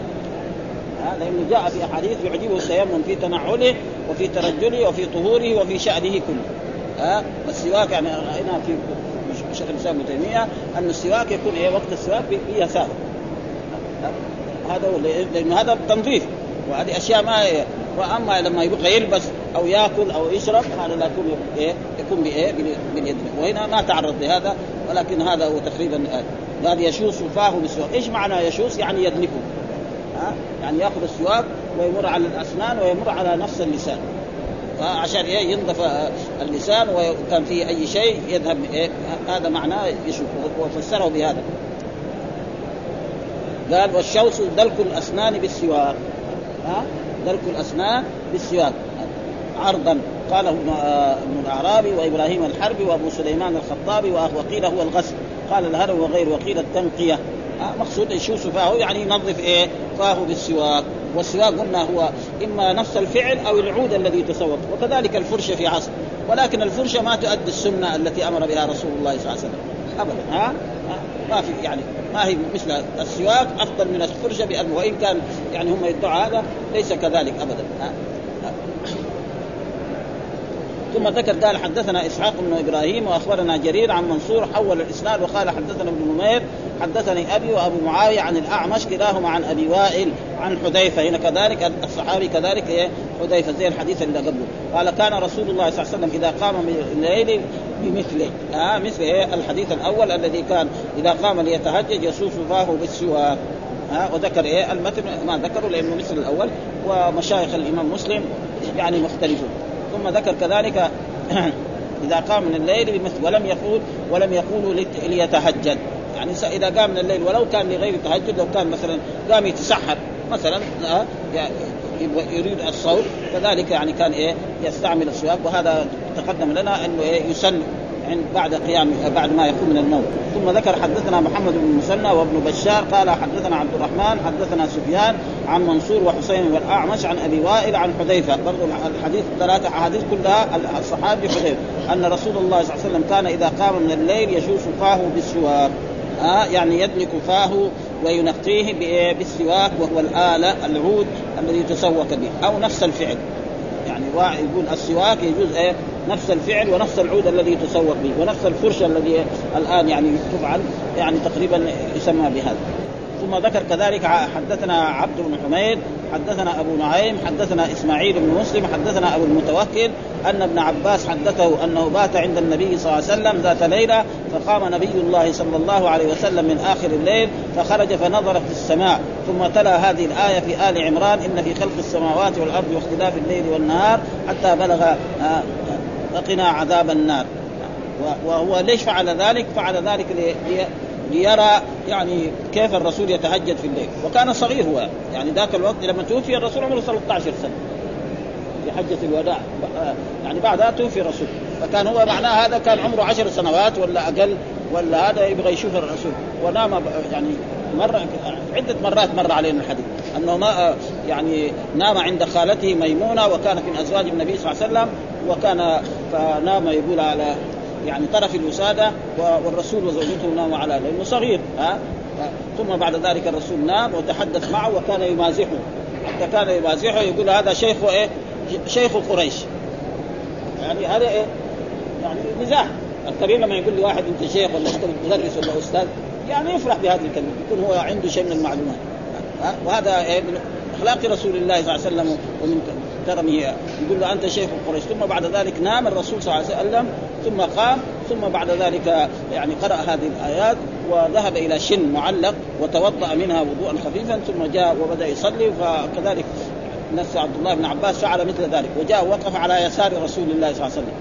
ها لأنه جاء في أحاديث يعجبه التيمم في تنعله وفي ترجله وفي طهوره وفي شأنه كله. ها السواك يعني هنا في شيخ الإسلام ابن تيمية أن السواك يكون إيه وقت السواك بيسار، هذا هو لأن هذا تنظيف، وهذه أشياء ما إيه. وأما لما يبقى يلبس أو يأكل أو يشرب هذا لا يكون إيه يكون بإيه باليد. وهنا ما تعرض لهذا، ولكن هذا هو تقريبا هذا يشوس فاه بالسواك. إيش معنى يشوس؟ يعني يدلكه، ها يعني يأخذ السواك ويمر على الأسنان ويمر على نفس اللسان، عشان إيه ينظف اللسان وكان فيه أي شيء يذهب إيه. هذا معناه يشوف، وفسره بهذا قال والشوس دلك الأسنان بالسواك، ها دلك الأسنان بالسواك عرضا. قاله ابن الأعرابي وإبراهيم الحربي وأبو سليمان الخطابي، وقيل هو الغسل، قال الهرم وغير، وقيل التنقية. مقصود يشوس فاه يعني ينظف إيه فاه بالسواك. والسواك قلنا هو إما نفس الفعل أو العود الذي يتسوق، وكذلك الفرشة في عصر، ولكن الفرشة ما تؤدي السنة التي أمر بها رسول الله صلى الله عليه وسلم أبدا. ها ما في يعني ما هي مثل السواك أفضل من الفرشة بأنه، وإن كان يعني هم يدعوا هذا ليس كذلك أبدا. ها ثم ذكر قال حدثنا إسحاق بن إبراهيم وأخبرنا جرير عن منصور حول الإسناد وقال حدثنا ابن نمير حدثني أبي وأبو معاوية عن الأعمش كلاهما عن أبي وائل عن حذيفة. هنا كذلك الصحابي كذلك إيه حذيفة زي الحديث اللي قبله. قال كان رسول الله صلى الله عليه وسلم إذا قام من الليل بمثله، آه مثل إيه الحديث الأول الذي كان إذا قام ليتهجد يسوس فاه بالسواك. آه وذكر إيه المتن ما ذكره لأنه مثل الأول، ومشايخ الإمام مسلم يعني مختلفون. ثم ذكر كذلك إذا قام من الليل بمثل، ولم يقول ولم يقولوا ليتهجد، يعني إذا قام من الليل ولو كان لغير تهجد، لو كان مثلا قام يتسحر مثلا آه يريد الصوت كذلك يعني كان إيه يستعمل السواك. وهذا تقدم لنا أنه إيه يسن عند بعد قيام بعد ما يقوم من النوم. ثم ذكر حدثنا محمد بن مسنى وابن بشار قال حدثنا عبد الرحمن حدثنا سفيان عن منصور وحسين والأعمش عن أبي وائل عن حذيفة. برضو الحديث ثلاثة أحاديث كلها الصحابي حذيفة أن رسول الله صلى الله عليه وسلم كان إذا قام من الليل يشوش فاه بالسواك. آه يعني يدلك فاه وينقيه بالسواك وهو الآلة العود الذي يتسوق به أو نفس الفعل. يعني يقول السواك يجوز إيه نفس الفعل ونفس العود الذي يتسوق به ونفس الفرشة الذي الآن يعني تفعل يعني تقريبا يسمى بهذا. ثم ذكر كذلك حدثنا عبد بن حميد حدثنا أبو نعيم حدثنا إسماعيل بن مسلم حدثنا أبو المتوكل أن ابن عباس حدثه أنه بات عند النبي صلى الله عليه وسلم ذات ليلة فقام نبي الله صلى الله عليه وسلم من آخر الليل فخرج فنظر في السماء ثم تلا هذه الآية في آل عمران إن في خلق السماوات والأرض واختلاف الليل والنهار حتى بلغ وقنا عذاب النار. وهو ليش فعل ذلك؟ فعل ذلك لي ليرى يعني كيف الرسول يتهجد في الليل، وكان صغير هو يعني ذاك الوقت لما توفي الرسول عمره ثلاثة عشر سنة في حجة الوداع، يعني بعدها توفي الرسول، فكان هو معناه هذا كان عمره عشر سنوات ولا أقل ولا هذا يبغى يشوف الرسول ونام يعني مرة عدة مرات مر علينا الحديث أنه ما يعني نام عند خالته ميمونة وكانت من أزواج النبي صلى الله عليه وسلم وكان فنام يقول على يعني طرف الوسادة والرسول وزوجته ناموا على لأنه صغير ها. ثم بعد ذلك الرسول نام وتحدث معه وكان يمازحه حتى كان يمازحه يقول هذا شيخ إيه شيخ قريش، يعني هذا إيه يعني مزاح. الكبير لما يقول لي واحد أنت شيخ ولا أنت مدرس ولا أستاذ يعني يفرح بهذه الكلمة يكون هو عنده شيء من المعلومات، وهذا إيه من أخلاق رسول الله صلى الله عليه وسلم ومن كرمه يقول له أنت شيخ قريش. ثم بعد ذلك نام الرسول صلى الله عليه وسلم ثم قام ثم بعد ذلك يعني قرأ هذه الآيات وذهب إلى شن معلق وتوضأ منها وضوءا خفيفا ثم جاء وبدأ يصلي. فكذلك نفس عبد الله بن عباس فعل مثل ذلك وجاء وقف على يسار رسول الله صلى الله عليه وسلم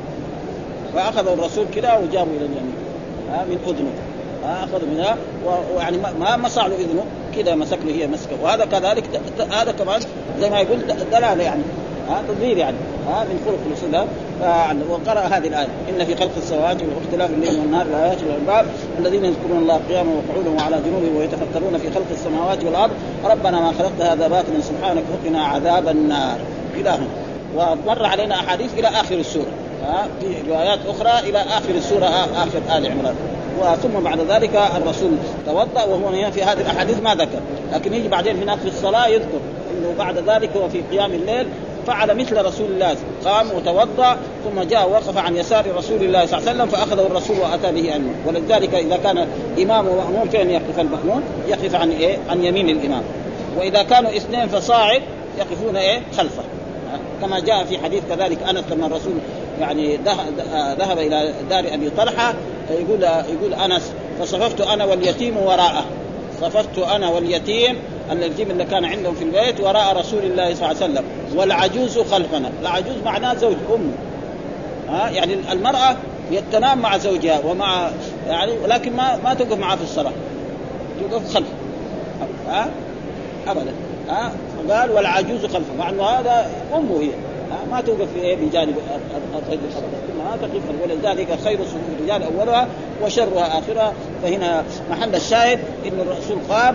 فأخذ الرسول كده وجابه إلى اليمين من أذنه أخذ منها ويعني ما مسع له إذنه كده مسك له هي مسكه. وهذا كذلك هذا كمان زي ما يقول دلالة يعني هذا تدبير يعني ها من خلق رسول الله. وقرأ هذه الآية إن في خلق السماوات واختلاف الليل والنهار لآيات للألباب الذين يذكرون الله قياما وقعودا وعلى جنوبهم ويتفكرون في خلق السماوات والأرض ربنا ما خلقت هذا باطلا سبحانك وقنا عذاب النار إلى هنا. ومر علينا أحاديث إلى آخر السورة ها في روايات أخرى إلى آخر السورة آخر آل عمران. وثم بعد ذلك الرسول توضأ وهو هنا في هذه الأحاديث ما ذكر، لكن يجي بعدين في نفس الصلاة يذكر إنه بعد ذلك وفي قيام الليل فعل مثل رسول الله قام وتوضأ ثم جاء وقف عن يسار رسول الله صلى الله عليه وسلم فأخذه الرسول وأتى به عنه. ولذلك إذا كان إمام ومأمون فين يقف المأمون؟ يقف عن إيه؟ عن يمين الإمام. وإذا كانوا اثنين فصاعد يقفون إيه؟ خلفه كما جاء في حديث كذلك أنس لما الرسول يعني ذهب إلى دار أبي طلحة يقول يقول أنس فصففت أنا واليتيم وراءه، صففت أنا واليتيم اليتيم اللي كان عندهم في البيت وراء رسول الله صلى الله عليه وسلم والعجوز خلفنا. العجوز معناه زوج أم ها يعني المرأة يتنام مع زوجها ومع يعني ولكن ما ما توقف معه في الصلاة توقف خلف ها أبدا ها. قال والعجوز خلفه مع أنه هذا أمه هي ما توقف في إيه بجانب الرجل ثم ما تقف. ولذلك خير صفوف الرجال أولها وشرها آخرها. فهنا محل الشاهد إن الرسول قام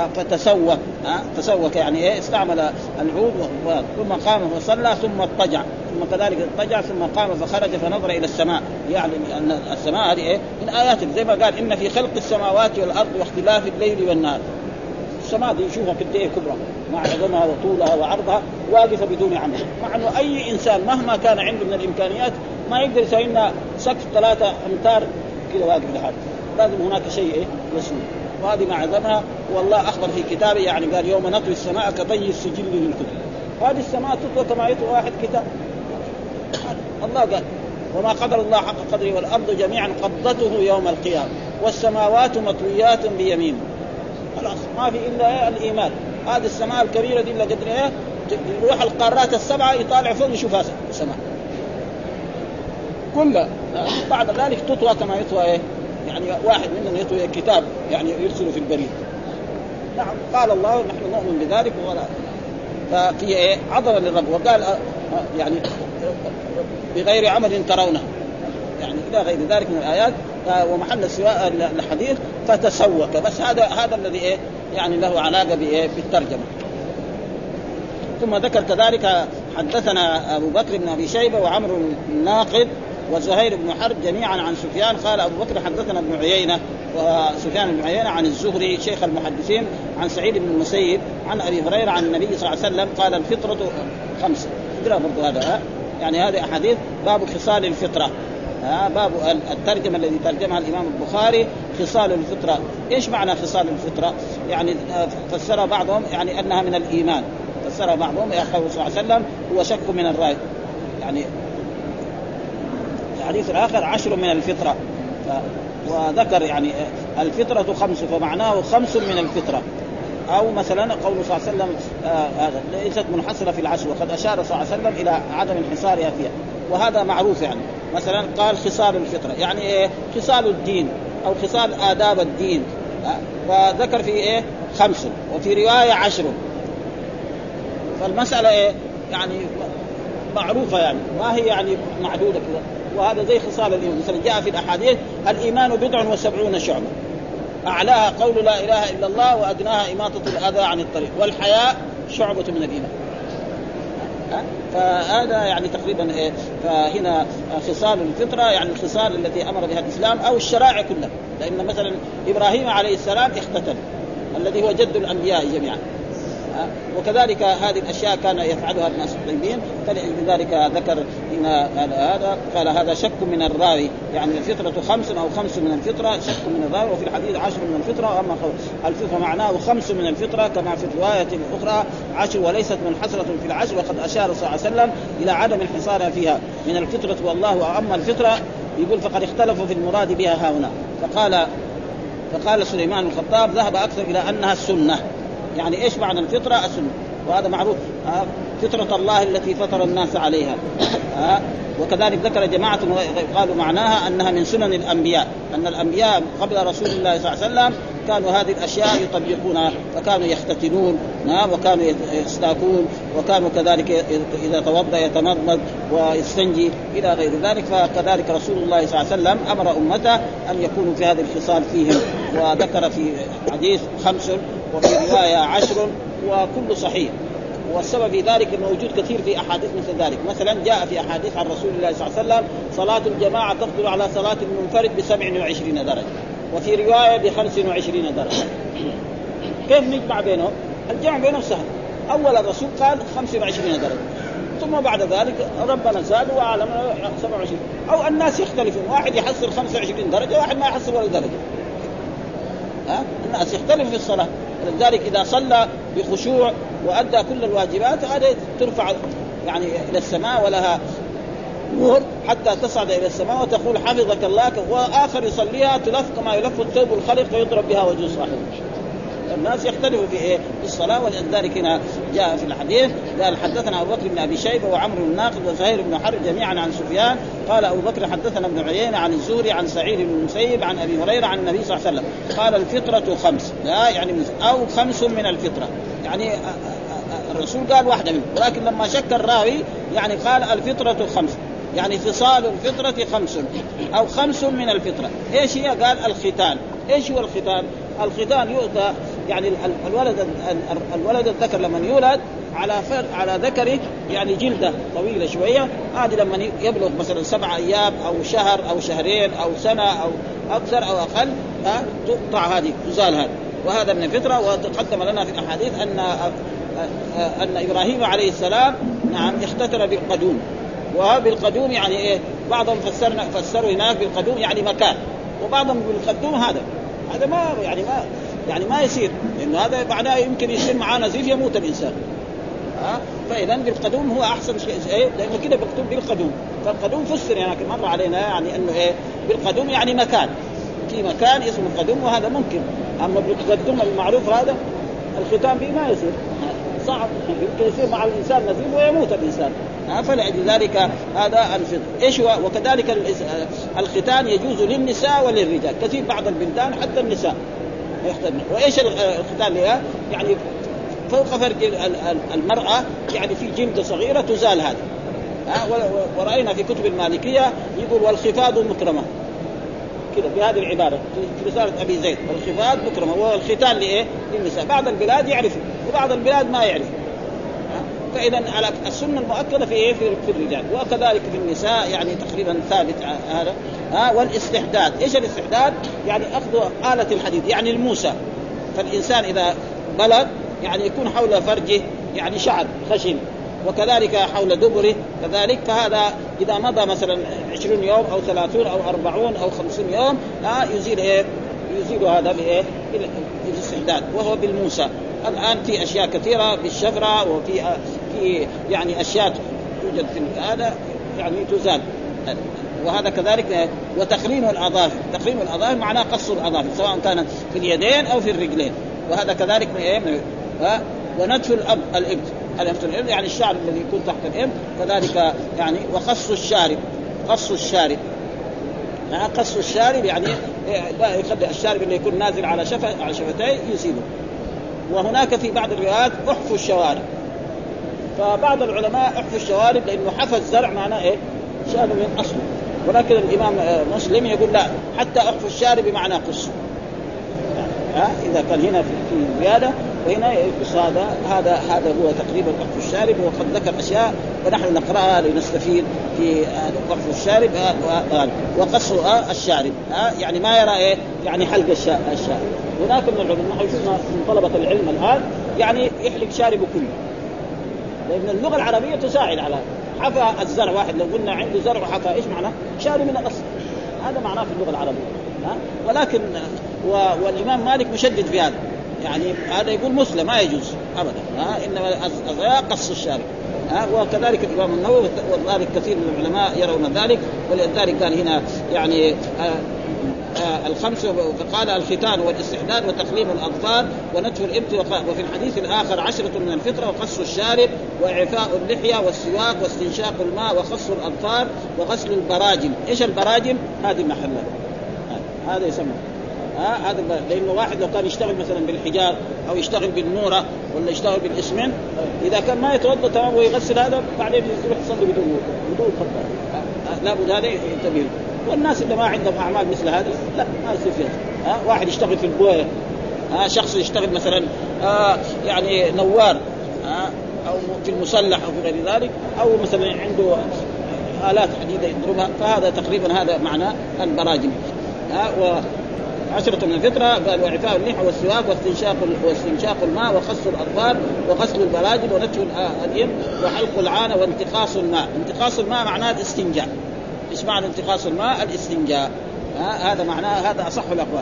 فتسوق ها تسوق يعني إيه استعمل العود ثم قام فصلى ثم اضطجع ثم كذلك اضطجع ثم قام فخرج فنظر إلى السماء يعني أن السماء هذه إيه من آيات زي ما قال إن في خلق السماوات والأرض واختلاف الليل والنهار. السماء دي يشوفها قد ايه كبرى مع عظمها وطولها وعرضها واقفه بدون عمل، مع انه اي انسان مهما كان عنده من الامكانيات ما يقدر يسوي لنا سقف ثلاثه امتار كذا واقف لحد، لازم هناك شيء ايه يسوي. وهذه مع عظمها والله اخبر في كتابه يعني قال يوم نطوي السماء كطي السجل للكتب. هذه السماء تطوى كما يطوى واحد كتاب. الله قال وما قدر الله حق قدره والارض جميعا قبضته يوم القيامه والسماوات مطويات بيمينه. خلاص ما في إلا الإيمان. هذه السماء الكبيرة دي اللي قدر إيه يروح القارات السبعة يطالع فوق يشوفها السماء كلها. بعد ذلك تطوى كما يطوى إيه يعني واحد مننا يطوى كتاب يعني يرسله في البريد. نعم قال الله نحن نؤمن بذلك ولا ففي إيه عظمة للرب. وقال يعني بغير عمل ترونه يعني إلى غير ذلك من الآيات. ومحل سواء الحديث فتسوق بس هذا هذا الذي إيه يعني له علاقة بإيه بالترجمة. ثم ذكر كذلك حدثنا أبو بكر بن أبي شيبة وعمرو الناقد وزهير بن حرب جميعا عن سفيان قال أبو بكر حدثنا ابن عيينة وسفيان بن عيينة عن الزهري شيخ المحدثين عن سعيد بن المسيب عن أبي هريرة عن النبي صلى الله عليه وسلم قال الفطرة خمسة. اقرأ برضو هذا، يعني هذه أحاديث باب خصال الفطرة. ها باب الترجمة الذي ترجمها الإمام البخاري خصال الفطرة. إيش معنى خصال الفطرة؟ يعني فسر بعضهم يعني أنها من الإيمان، فسر بعضهم يا أخوة صلى الله عليه وسلم هو شك من الرأي، يعني الحديث الآخر عشر من الفطرة، وذكر يعني الفطرة خمس فمعناه خمس من الفطرة. أو مثلا قوله صلى الله عليه وسلم هذا آه ليست منحصرة في العشر، وقد أشار صلى الله عليه وسلم إلى عدم انحصارها فيها، وهذا معروف. يعني مثلا قال خصال الفطرة يعني إيه؟ خصال الدين أو خصال آداب الدين، آه فذكر في إيه؟ خمس، وفي رواية عشر. فالمسألة إيه؟ يعني معروفة، يعني ما هي يعني معدودة كذا. وهذا زي خصال الإيمان، مثلا جاء في الأحاديث الإيمان بضع وسبعون شعبة، أعلاها قول لا إله إلا الله وأدناها إماطة الأذى عن الطريق، والحياء شعبة من الإيمان. فهذا يعني تقريبا إيه؟ فهنا خصال الفطرة يعني الخصال التي أمر بها الإسلام أو الشرائع كلها. لأن مثلا إبراهيم عليه السلام اختتن الذي هو جد الأنبياء جميعا، وكذلك هذه الأشياء كان يفعلها الناس الطيبين. فلذلك ذكر إن هذا قال هذا شك من الراوي، يعني الفطرة خمس أو خمس من الفطرة، شك من الراوي. وفي الحديث عشر من الفطرة، وأما الفطرة معناه خمس من الفطرة كما في الرواية الأخرى عشر وليست منحصرة في العشر. وقد أشار صلى الله عليه وسلم إلى عدم الحصار فيها من الفطرة والله. وأما الفطرة يقول فقد اختلفوا في المراد بها هنا. فقال فقال سليمان الخطاب ذهب أكثر إلى أنها السنة. يعني إيش معنى الفطرة؟ السنة، وهذا معروف، فطرة الله التي فطر الناس عليها. وكذلك ذكر جماعة قالوا معناها أنها من سنن الأنبياء، أن الأنبياء قبل رسول الله صلى الله عليه وسلم كانوا هذه الأشياء يطبقونها، فكانوا يختتنون وكانوا يستاكون، وكانوا كذلك إذا توضأ يتمضمض ويستنجي إلى غير ذلك. فكذلك رسول الله صلى الله عليه وسلم أمر أمته أن يكونوا في هذه الخصال فيهم، وذكر في حديث خمس وفي رواية عشر وكل صحيح. والسبب في ذلك موجود كثير في أحاديث مثل ذلك. مثلا جاء في أحاديث عن رسول الله صلى الله عليه وسلم صلاة الجماعة تفضل على صلاة المنفرد بسبع وعشرين درجة، وفي رواية بخمس وعشرين درجة. كيف نجمع بينهم؟ الجمع بينهم سهل. أول الرسول قال خمس وعشرين درجة، ثم بعد ذلك ربنا زاد وأعلم سبع وعشرين. أو الناس يختلفون، واحد يحصل خمس وعشرين درجة، واحد ما يحصل ولا درجة. ها؟ الناس يختلف في الصلاة. لذلك إذا صلى بخشوع وأدى كل الواجبات هذه ترفع يعني إلى السماء ولها نور حتى تصعد إلى السماء وتقول حفظك الله، وآخر يصليها تلف كما يلف الثوب الخلق فيضرب بها وجه صاحبه. الناس يختلفوا في إيه؟ في الصلاة. ولذلك هنا جاء في الحديث قال حدثنا أبو بكر بن أبي شيبة وعمرو الناقد وزهير بن حرب جميعا عن سفيان قال أبو بكر حدثنا ابن عيينة عن الزهري عن سعيد بن المسيب عن أبي هريرة عن النبي صلى الله عليه وسلم قال الفطرة خمس، لا يعني أو خمس من الفطرة، يعني الرسول قال واحدة منه، ولكن لما شك الراوي يعني قال الفطرة خمس، يعني فصال الفطرة خمس أو خمس من الفطرة. إيش هي؟ قال الختان. إيش هو الختان؟ الختان يؤتى يعني الولد الولد الذكر لما يولد على فر على ذكره يعني جلدة طويلة شوية، هذه لما يبلغ مثلا سبع أيام أو شهر أو شهرين أو سنة أو أكثر أو أقل تقطع هذه تزال هذه، وهذا من الفطرة. وتقدم لنا في الأحاديث أن أن إبراهيم عليه السلام نعم اختتن بالقدوم. وبالقدوم يعني إيه؟ بعضهم فسرنا فسروا هناك بالقدوم يعني مكان، وبعضهم بالقدوم هذا هذا ما يعني ما يعني ما يصير، لأن هذا بعدها يمكن يصير معاه نزيف يموت الإنسان. ها فإذا بالقدوم هو أحسن شيء، إيه؟ لأنه كده مكتوب بالقدوم. فالقدوم فسر يعني مر علينا يعني إنه إيه؟ بالقدوم يعني مكان، في مكان اسمه القدوم، وهذا ممكن. أما بالقدوم المعروف هذا الختام به ما يصير، صعب، يمكن يصير مع الإنسان نزيف ويموت الإنسان. فلذلك هذا الفطر. إيش هو؟ وكذلك الختان يجوز للنساء وللرجال، كثير بعض البلدان حتى النساء يختتن. وإيش الختان لها؟ يعني فوق فرج المرأة يعني في جلدة صغيرة تزال هذه. ورأينا في كتب المالكية يقول والخفاض مكرمة كده بهذه العبارة في رسالة أبي زيد، والخفاض مكرمة. والختان لإيه؟ للنساء. بعض البلاد يعرفوا وبعض البلاد ما يعرفوا. فإذا على السنة المؤكدة في إيه في الرجال، وكذلك في النساء يعني تقريبا ثابت هذا. ها والاستحداد، إيش الاستحداد؟ يعني أخذ آلة الحديد يعني الموسى، فالإنسان إذا بلغ يعني يكون حول فرجه يعني شعر خشن، وكذلك حول دبره كذلك، فهذا إذا مضى مثلا عشرين يوم أو ثلاثون أو أربعون أو خمسين يوم ها يزيل إيه يزيل هذا بإيه بالاستحداد وهو بالموسى. الآن في أشياء كثيرة بالشفرة وفي في يعني أشياء توجد في هذا يعني تزال، وهذا كذلك. وتخريم الأظافر، تخريم الأظافر معناه قص الأظافر سواء كانت في اليدين أو في الرجلين، وهذا كذلك من إيه ها. ونتف الأب الإبط الإبط يعني الشعر الذي يكون تحت الإبط كذلك يعني. وقص الشارب، قص الشارب قص الشارب يعني لا يخلي الشارب اللي يكون نازل على شفة على شفتيه يزيله. وهناك في بعض الروايات أحفوا الشوارب، فبعض العلماء أحفوا الشوارب لأنه حفى الزرع معناه إيه شال من أصله، ولكن الإمام مسلم يقول لا حتى أحفوا الشارب بمعنى قص يعني ها إذا كان هنا في زيادة وهنا يقص. هذا هذا هذا هو تقريبا أحفوا الشارب. وقد ذكر أشياء ونحن نقرأها لنستفيد في أحفوا الشارب وقص الشارب يعني ما يرى إيه يعني حلق الشارب. هناك من العلماء من طلبة العلم الآن يعني يحلق شاربه كله، لأن اللغة العربية تساعد على حفى الزرع. واحد لو قلنا عنده زرع وحفى إيش معناه؟ شارب من الأصل، هذا معناه في اللغة العربية ها؟ ولكن والإمام مالك مشدد في هذا يعني هذا يقول مسلم ما يجوز أبدا ها؟ إنما قص الشارب ها؟ وكذلك الإمام النووي وذلك كثير من العلماء يرون ذلك. ولذلك قال هنا يعني آه الخمس، فقال الختان والاستحداد وتقليم الأظفار ونتف الإبط. وفي الحديث الآخر عشرة من الفطرة وقص الشارب وإعفاء اللحية والسواك واستنشاق الماء وقص الأظفار وغسل البراجم. إيش البراجم؟ هذه محلها هذا يسمى ها هذا آه لأنه واحد لو كان يشتغل مثلا بالحجار أو يشتغل بالنورة ولا يشتغل بالإسمنت إذا كان ما يتوضأ تمام ويغسل هذا بعدين يروح يصلي بدون بدون خطأ آه لا بد هذا ينتبه. والناس اللي ما عندهم أعمال مثل هذه لا ما يصير فيها. ها واحد يشتغل في البوية، ها شخص يشتغل مثلا آه يعني نوار ها أو في المسلح أو في غير ذلك، أو مثلا عنده آلات حديدة يضربها، فهذا تقريبا هذا معنى البراجم. ها وعشرة من الفطرة قال وإعفاء اللحى والسواك واستنشاق واستنشاق الماء وقص الأظفار وغسل البراجم ونتف الإبط وحلق العانة وانتقاص الماء. انتقاص الماء معناه الاستنجاء. إيش معنى انتقاص الماء؟ الاستنجاء. هذا معناه هذا أصح الأقوال.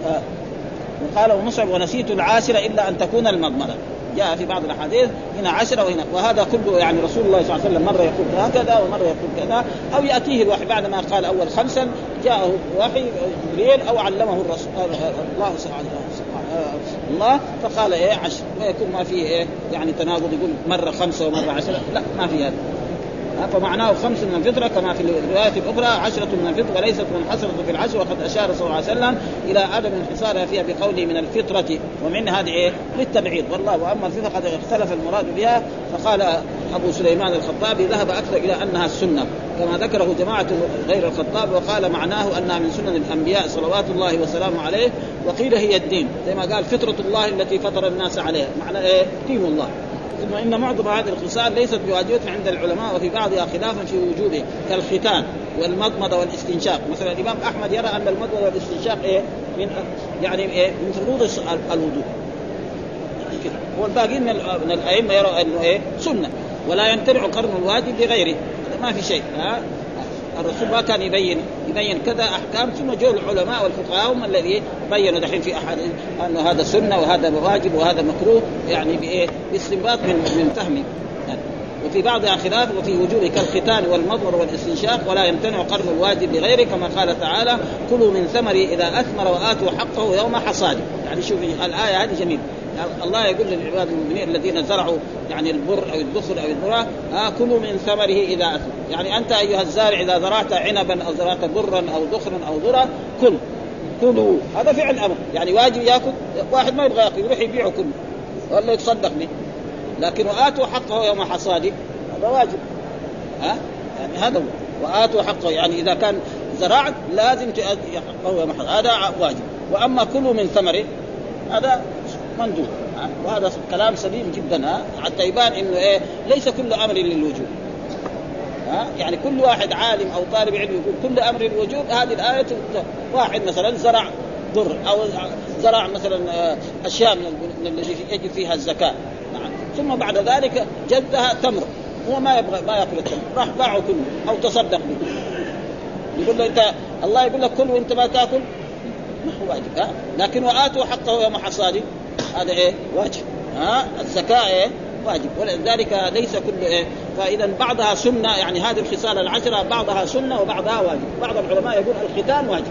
وقال ومصعب ونسيت العاشرة إلا أن تكون المضمضة. جاء في بعض الأحاديث هنا عشرة وهنا، وهذا كله يعني رسول الله صلى الله عليه وسلم مرة يقول هكذا ومرة يقول كذا، أو يأتيه الوحي بعد ما قال أول خمسا جاءه وحي جبريل أو علمه الرسول الله سبحانه الله فقال إيه عشر، ويكون ما فيه إيه يعني تناقض يقول مرة خمسة ومرة عشرة، لا ما في هذا. فمعناه خمس من الفطرة كما في الرواية الأخرى عشرة من الفطرة وليست منحصرة في العشر. وقد أشار صلى الله عليه وسلم إلى عدم انحصارها فيها بقوله من الفطرة، ومن هذه إيه للتبعيض والله. وأما الفطرة قد اختلف المراد بها، فقال أبو سليمان الخطابي ذهب أكثر إلى أنها السنة كما ذكره جماعة غير الخطاب، وقال معناه أنها من سنن الأنبياء صلوات الله وسلامه عليه، وقيل هي الدين زي ما قال فطرة الله التي فطر الناس عليها، معنى إيه دين الله. ثم إن معظم هذه الخصال ليست بواجبة عند العلماء، وفي بعضها خلافا في وجوده كالختان والمضمضة والاستنشاق. مثلا الإمام أحمد يرى أن المضمضة والاستنشاق إيه من يعني إيه من فروض الوضوء، والباقين من, من الأئمة يرى أنه إيه سنة ولا يمتنع قرن الواجب بغيره، ما في شيء. ها الرسول ما كان يبين يبين كذا أحكام، ثم جو العلماء والفقهاء هم الذي بينوا دحين في أحد أنه هذا سنة وهذا واجب وهذا مكروه، يعني بإيه باستنباط من من فهم. وفي بعضها خلاف وفي وجوب كالختان والمضمر والاستنشاق، ولا يمتنع قرن الواجب بغيره كما قال تعالى كلوا من ثمره إذا أثمر وآتوا حقه يوم حصاده. يعني شوف الآية هذه جميلة، الله يقول للعباد المؤمنين الذين زرعوا يعني البر أو الذخر أو الذرة آه كلوا من ثمره إذا أثمر. يعني أنت أيها الزارع إذا زرعت عنبا أو زرعت برا أو ذخرا أو ذرة كل كلوا، هذا فعل أمر، يعني واجب يأكل. واحد ما يبغى يأكل يروح يبيعه كله ولا يتصدق به، لكن وآتوا حقه يوم حصاده هذا واجب. ها يعني هذا هو وآتوا حقه، يعني إذا كان زرعت لازم تؤدي حقه يوم حصاده، هذا واجب. وأما كلوا من ثمره هذا مندوب. وهذا كلام سليم جدا ها حتى يبان إنه إيه ليس كل أمر للوجوب ها يعني كل واحد عالم أو طالب علم يقول كل أمر للوجوب. هذه الآية واحد مثلا زرع ضر أو زرع مثلا أشياء من التي يجب فيها الزكاة نعم. ثم بعد ذلك جدها تمر هو ما يبغى ما يأكل التمر راح باعه كله أو تصدق به يقول له أنت الله يقول لك كل وأنت ما تأكل ما هو واجب ها لكن وآتوا حقه يوم حصاده هذا إيه واجب ها الزكاة إيه واجب. ولذلك ليس كل إيه فإذا بعضها سنة يعني هذه الخصال العشرة بعضها سنة وبعضها واجب. بعض العلماء يقول الختان واجب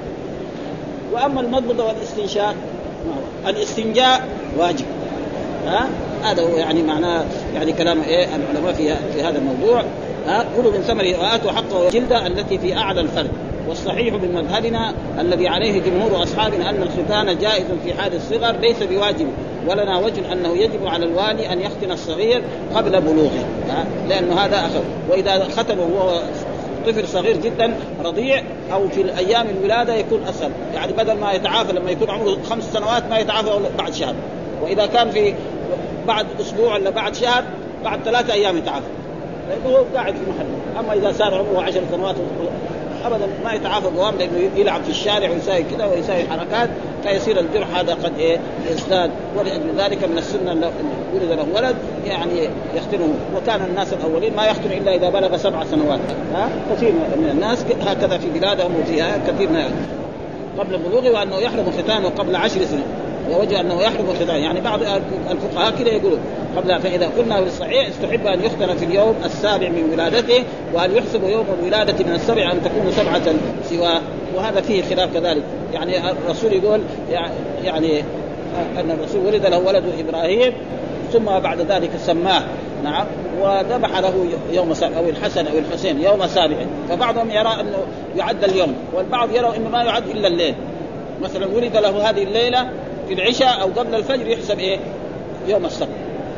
وأما المضمضة والاستنشاق الاستنجاء واجب ها هذا هو يعني معناه يعني كلام إيه العلماء في في هذا الموضوع ها. كلوا من ثمره وآتوا حقه جلدة التي في أعلى الفرد. والصحيح من مذهبنا الذي عليه جمهور أصحابنا أن الختان جائز في حال الصغر ليس بواجب ولنا وجه أنه يجب على الوالي أن يختن الصغير قبل بلوغه لأنه هذا أخذ. وإذا ختنه وهو طفل صغير جدا رضيع أو في الأيام الولادة يكون أسهل يعني بدل ما يتعافى لما يكون عمره خمس سنوات ما يتعافى بعد شهر وإذا كان في بعد أسبوع ولا بعد شهر بعد ثلاثة أيام يتعافى لأنه هو قاعد في محله. أما إذا صار عمره عشر سنوات أبدا ما يتعافى قوام لأنه يلعب في الشارع ويساوي كذا ويساوي حركات فيصير الجرح هذا قد إيه يزداد. ولأجل ذلك من السنة لو ولد له ولد يعني يختنه. وكان الناس الأولين ما يختن إلا إذا بلغ سبع سنوات ها كثير من الناس هكذا في بلادهم وفيها كثير من قبل بلوغه وأنه يحرم ختانه قبل عشر سنين ووجه أنه يحرم ختانه يعني بعض الفقهاء كده يقولوا قبل. فإذا قلنا بالصحيح استحب أن يختن في اليوم السابع من ولادته وأن يحسب يوم الولادة من السبع أن تكون سبعة سواه. وهذا فيه خلاف كذلك يعني الرسول يقول يعني أن الرسول ولد له ولد إبراهيم ثم بعد ذلك سماه نعم وذبح له يوم سابع أو الحسن أو الحسين يوم سابع. فبعضهم يرى أنه يعد اليوم والبعض يرى أنه ما يعد إلا الليل. مثلا ولد له هذه الليلة في العشاء أو قبل الفجر يحسب إيه يوم السبت.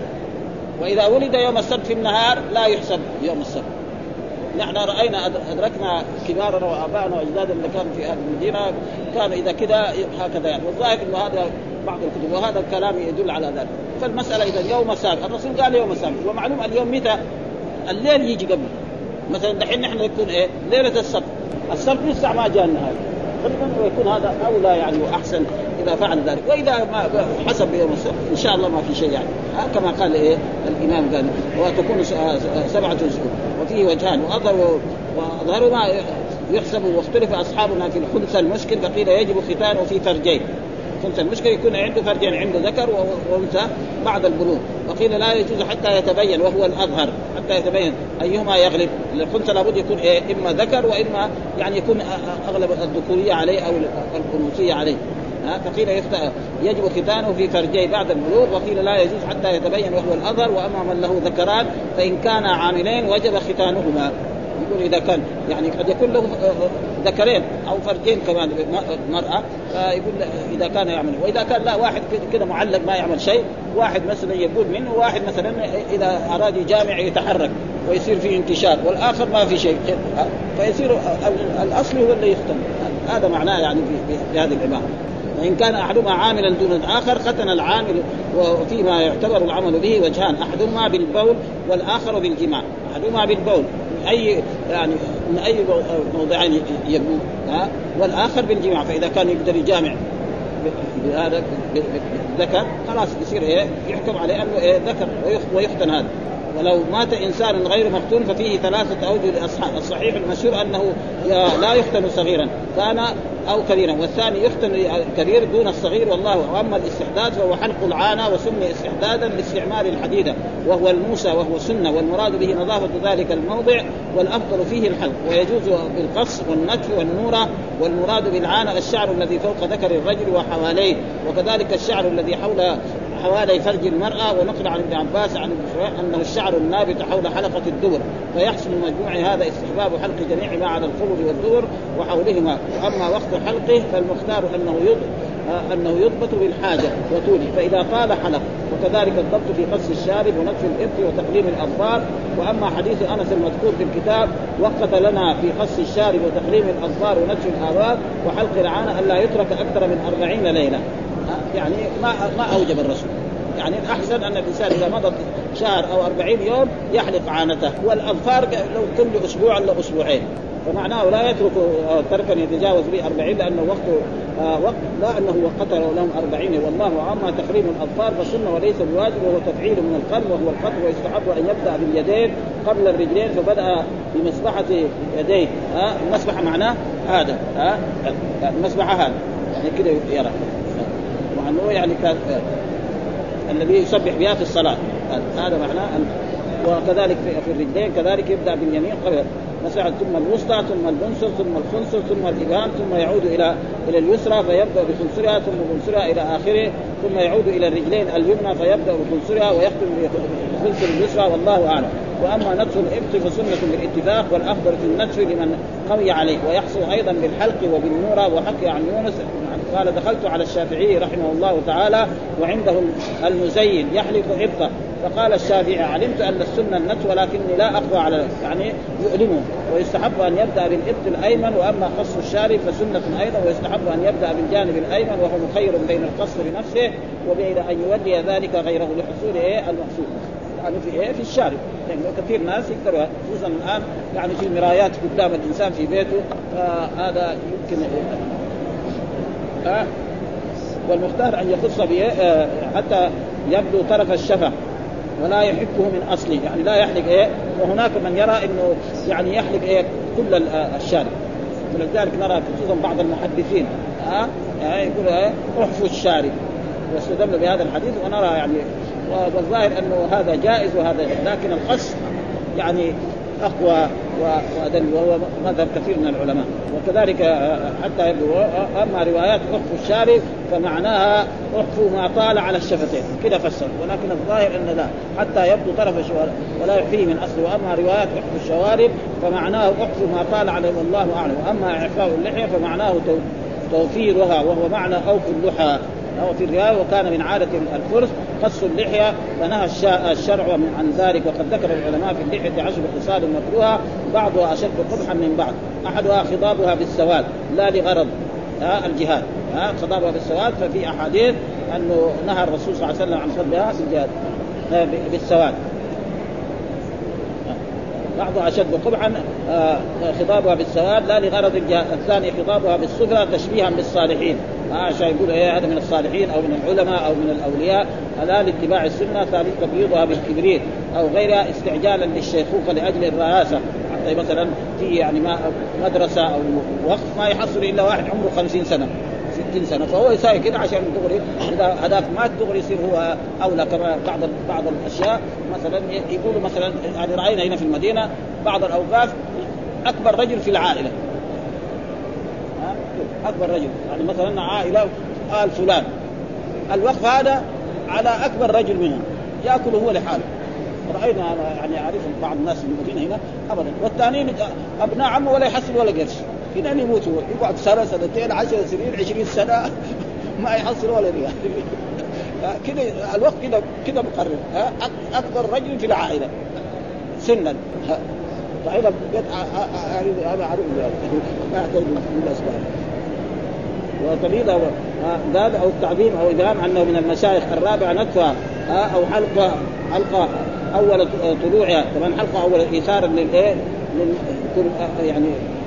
وإذا ولد يوم السبت في النهار لا يحسب يوم السبت. نحن رأينا أدركنا كبارنا وآبائنا وأجدادنا اللي كانوا في هذه المدينة كانوا إذا كذا هكذا يعني. والظاهر إنه هذا بعض الكتب وهذا الكلام يدل على ذلك. فالمسألة إذا يوم السابع الرسول قال يوم السابع ومعلوم اليوم متى الليل يجي قبل. مثلا دحين نحن يكون إيه ليلة السبت السبت لسه ما جاء النهار غالبا ويكون هذا أولى يعني وأحسن إذا فعل ذلك. وإذا ما حسب يوم السبت إن شاء الله ما في شيء يعني كما قال إيه الإمام قال وتكون سبعة أسبوع. وفيه وجهان وأظهر وأظهر ما يحسب. واختلف أصحابنا في الخنثى المشكل فقيل يجب ختانه في فرجين. الخنثى المشكل يكون عنده فرجين عنده ذكر وأنثى بعد البلوغ. وقيل لا يجوز حتى يتبين وهو الأظهر حتى يتبين أيهما يغلب. الخنثى لابد يكون إيه إما ذكر وإما يعني يكون أغلب الذكورية عليه أو الأنوثية عليه. فقيل يجب ختانه في فرجي بعد البلوغ. وقيل لا يجوز حتى يتبين وهو الأظهر. وأما من له ذكران فإن كان عاملين وجب ختانهما. يقول إذا كان يعني قد يكون له ذكرين أو فرجين كمان مرأة فيقول إذا كان يعمل. وإذا كان لا واحد كده معلق ما يعمل شيء واحد مثلا يقول منه واحد مثلا إذا أراد جامع يتحرك ويصير فيه انتشار والآخر ما في شيء فيصير الأصل هو اللي يختن. هذا معناه يعني في هذه العبارة. وإن كان أحدهما عاملا دون الآخر ختن العامل. وفيما يعتبر العمل به وجهان أحدهما بالبول والآخر بالجماع. أحدهما بالبول أي يعني من أي موضعين يبول ها والآخر بالجماع. فإذا كان يقدر يجامع بهذا ذكر خلاص يصير إيه يحكم عليه أنه إيه ذكر ويختن هذا. ولو مات إنسان غير مختون ففيه ثلاثة أوجه لأصحاب. الصحيح المشهور أنه لا يختن صغيرا كان أو كبيرا والثاني يختن كبير دون الصغير والله. وأما الاستحداد فهو حلق العانة وسمي استحدادا لاستعمال الحديدة وهو الموسى وهو سنة والمراد به نظافة ذلك الموضع والأفضل فيه الحلق. ويجوز بالقص والنتف والنورة. والمراد بالعانة الشعر الذي فوق ذكر الرجل وحواليه وكذلك الشعر الذي حول حوالي فرج المرأة. ونقل عن ابن عباس عن أنه الشعر النابت حول حلقة الدبر. فيحصل مجموع هذا استحباب حلق جميع ما على القبر والدبر وحولهما. وأما وقت حلقه فالمختار أنه يضبط أنه يضبط بالحاجة وطوله فإذا طال حلق. وكذلك الضبط في قص الشارب ونتف الإبط وتقليم الأظفار. وأما حديث أنس المذكور في الكتاب وقت لنا في قص الشارب وتقليم الأظفار ونتف الآبار وحلق العانة ألا يترك أكثر من أربعين ليلة يعني ما ما أوجب الرسول يعني الأحسن أن الإنسان إذا مضى شهر أو أربعين يوم يحلق عانته، والأظفار لو كل أسبوع إلا أسبوعين، فمعناه لا يترك تركا يتجاوز به أربعين لأنه وقته آه وقت لا أنه وقته لهم أربعين. والله أما تحريم الأظفار فسنة وليس بواجب، وهو تفعيل من القلب وهو القطع، ويستحب أن يبدأ باليدين قبل الرجلين، فبدأ بمسبحة يديه. آه المسبحة معناه هذا آه المسبحة هذا يعني كده يرى، وأنه يعني كان الذي يسبح بها في الصلاة هذا معناه. وكذلك في الرجلين كذلك يبدأ باليمين قبل مساحة ثم الوسطى ثم البنصر ثم الخنصر ثم الإبهام ثم يعود إلى إلى اليسرى فيبدأ بخنصرها ثم بنصرها إلى آخره، ثم يعود إلى الرجلين اليمنى فيبدأ بخنصرها ويختم بخنصر اليسرى، والله أعلم. وأما نتف الإبط فسنة بالاتفاق، والأفضل في النتف لمن قوي عليه، ويحصل أيضا بالحلق وبالنورة. وحكي عن يونس قال دخلت على الشافعي رحمه الله تعالى وعنده المزين يحلق إبطه، فقال الشافعي علمت أن السنة النتف ولكني لا أقوى على يعني يؤلمه، ويستحب أن يبدأ بالإبط الأيمن. وأما قص الشارب فسنة أيضا، ويستحب أن يبدأ بالجانب الأيمن، وهو مخير بين القص بنفسه وبين أن يولي ذلك غيره لحصول إيه المقصود يعني في إيه في الشارب. يعني كثير ناس يقدروا خصوصا الآن يعني في مرايات قدام الإنسان في بيته، هذا يمكن آه والمختار أن يخص به آه حتى يبدو طرف الشفة ولا يحكه من أصله، يعني لا يحلق إيه. وهناك من يرى إنه يعني يحلق إيه كل الشارب، ولذلك نرى خصوصا بعض المحدثين آه يعني يقول إيه احفوا الشارب واستدل بهذا الحديث، ونرى يعني والظاهر أنه هذا جائز وهذا، لكن القص يعني أقوى وأدل، وهو مذهب كثير من العلماء. وكذلك حتى أما روايات أحفوا الشارب فمعناها أحفوا ما طال على الشفتين كده فسر، ولكن الظاهر أن لا حتى يبدو طرف الشوارب ولا يحفيه من أصله. وأما روايات أحفوا الشوارب فمعناه أحفوا ما طال عليه والله أعلم. وأما إعفاء اللحية فمعناه توفيرها، وهو معنى أوفوا اللحى. أو في الرواية وكان من عادة الفرس قص اللحية فنهى الشرع عن ذلك. وقد ذكر العلماء في اللحية عشر خصال مكروهة بعضها أشد قبحا من بعض، أحدها خضابها بالسواد لا لغرض ها الجهاد، ها خضابها بالسواد، ففي أحاديث أنه نهى الرسول صلى الله عليه وسلم عن خضابها بالجهاد بالسواد، بعضها أشد قبحا خضابها بالسواد لا لغرض الجهاد. الثاني خضابها بالصفرة تشبيها بالصالحين، عشان يقول إيه هذا من الصالحين أو من العلماء أو من الأولياء، لا لاتباع السنة. ثالث تبييضها بالكبريت أو غيرها استعجالا للشيخوخة لأجل الرئاسة، حتى مثلا في يعني ما مدرسة أو وقت ما يحصل إلا واحد عمره خمسين سنة ستين سنة، فهو يساوي كده عشان دغري إذا هذاك مات دغري يصير هو أولى. كما بعض بعض الأشياء مثلا يقولوا مثلا يعني رأينا هنا في المدينة بعض الأوقاف أكبر رجل في العائلة، أكبر رجل يعني مثلا عائلة آل فلان، الوقف هذا على أكبر رجل منهم يأكل هو لحاله. رأينا يعني عارف بعض الناس في المدينة هنا أبدا، والثانيين أبناء عمه ولا يحصل ولا قرش، كده يموتوا يقعد سنة سنتين عشر سنين عشرين سنة ما يحصل ولا ريال كده. الوقت كده كده مقرر أكبر رجل في العائلة سنا، فإذا هذا عارف ما يحتاج من الأسباب. وطبيعة هذا أو التعظيم أو إبهام أنه من المشايخ. الرابع نتفة أو حلقة حلقة أول طلوعها، طبعا حلقة أول إثارا للإيه يعني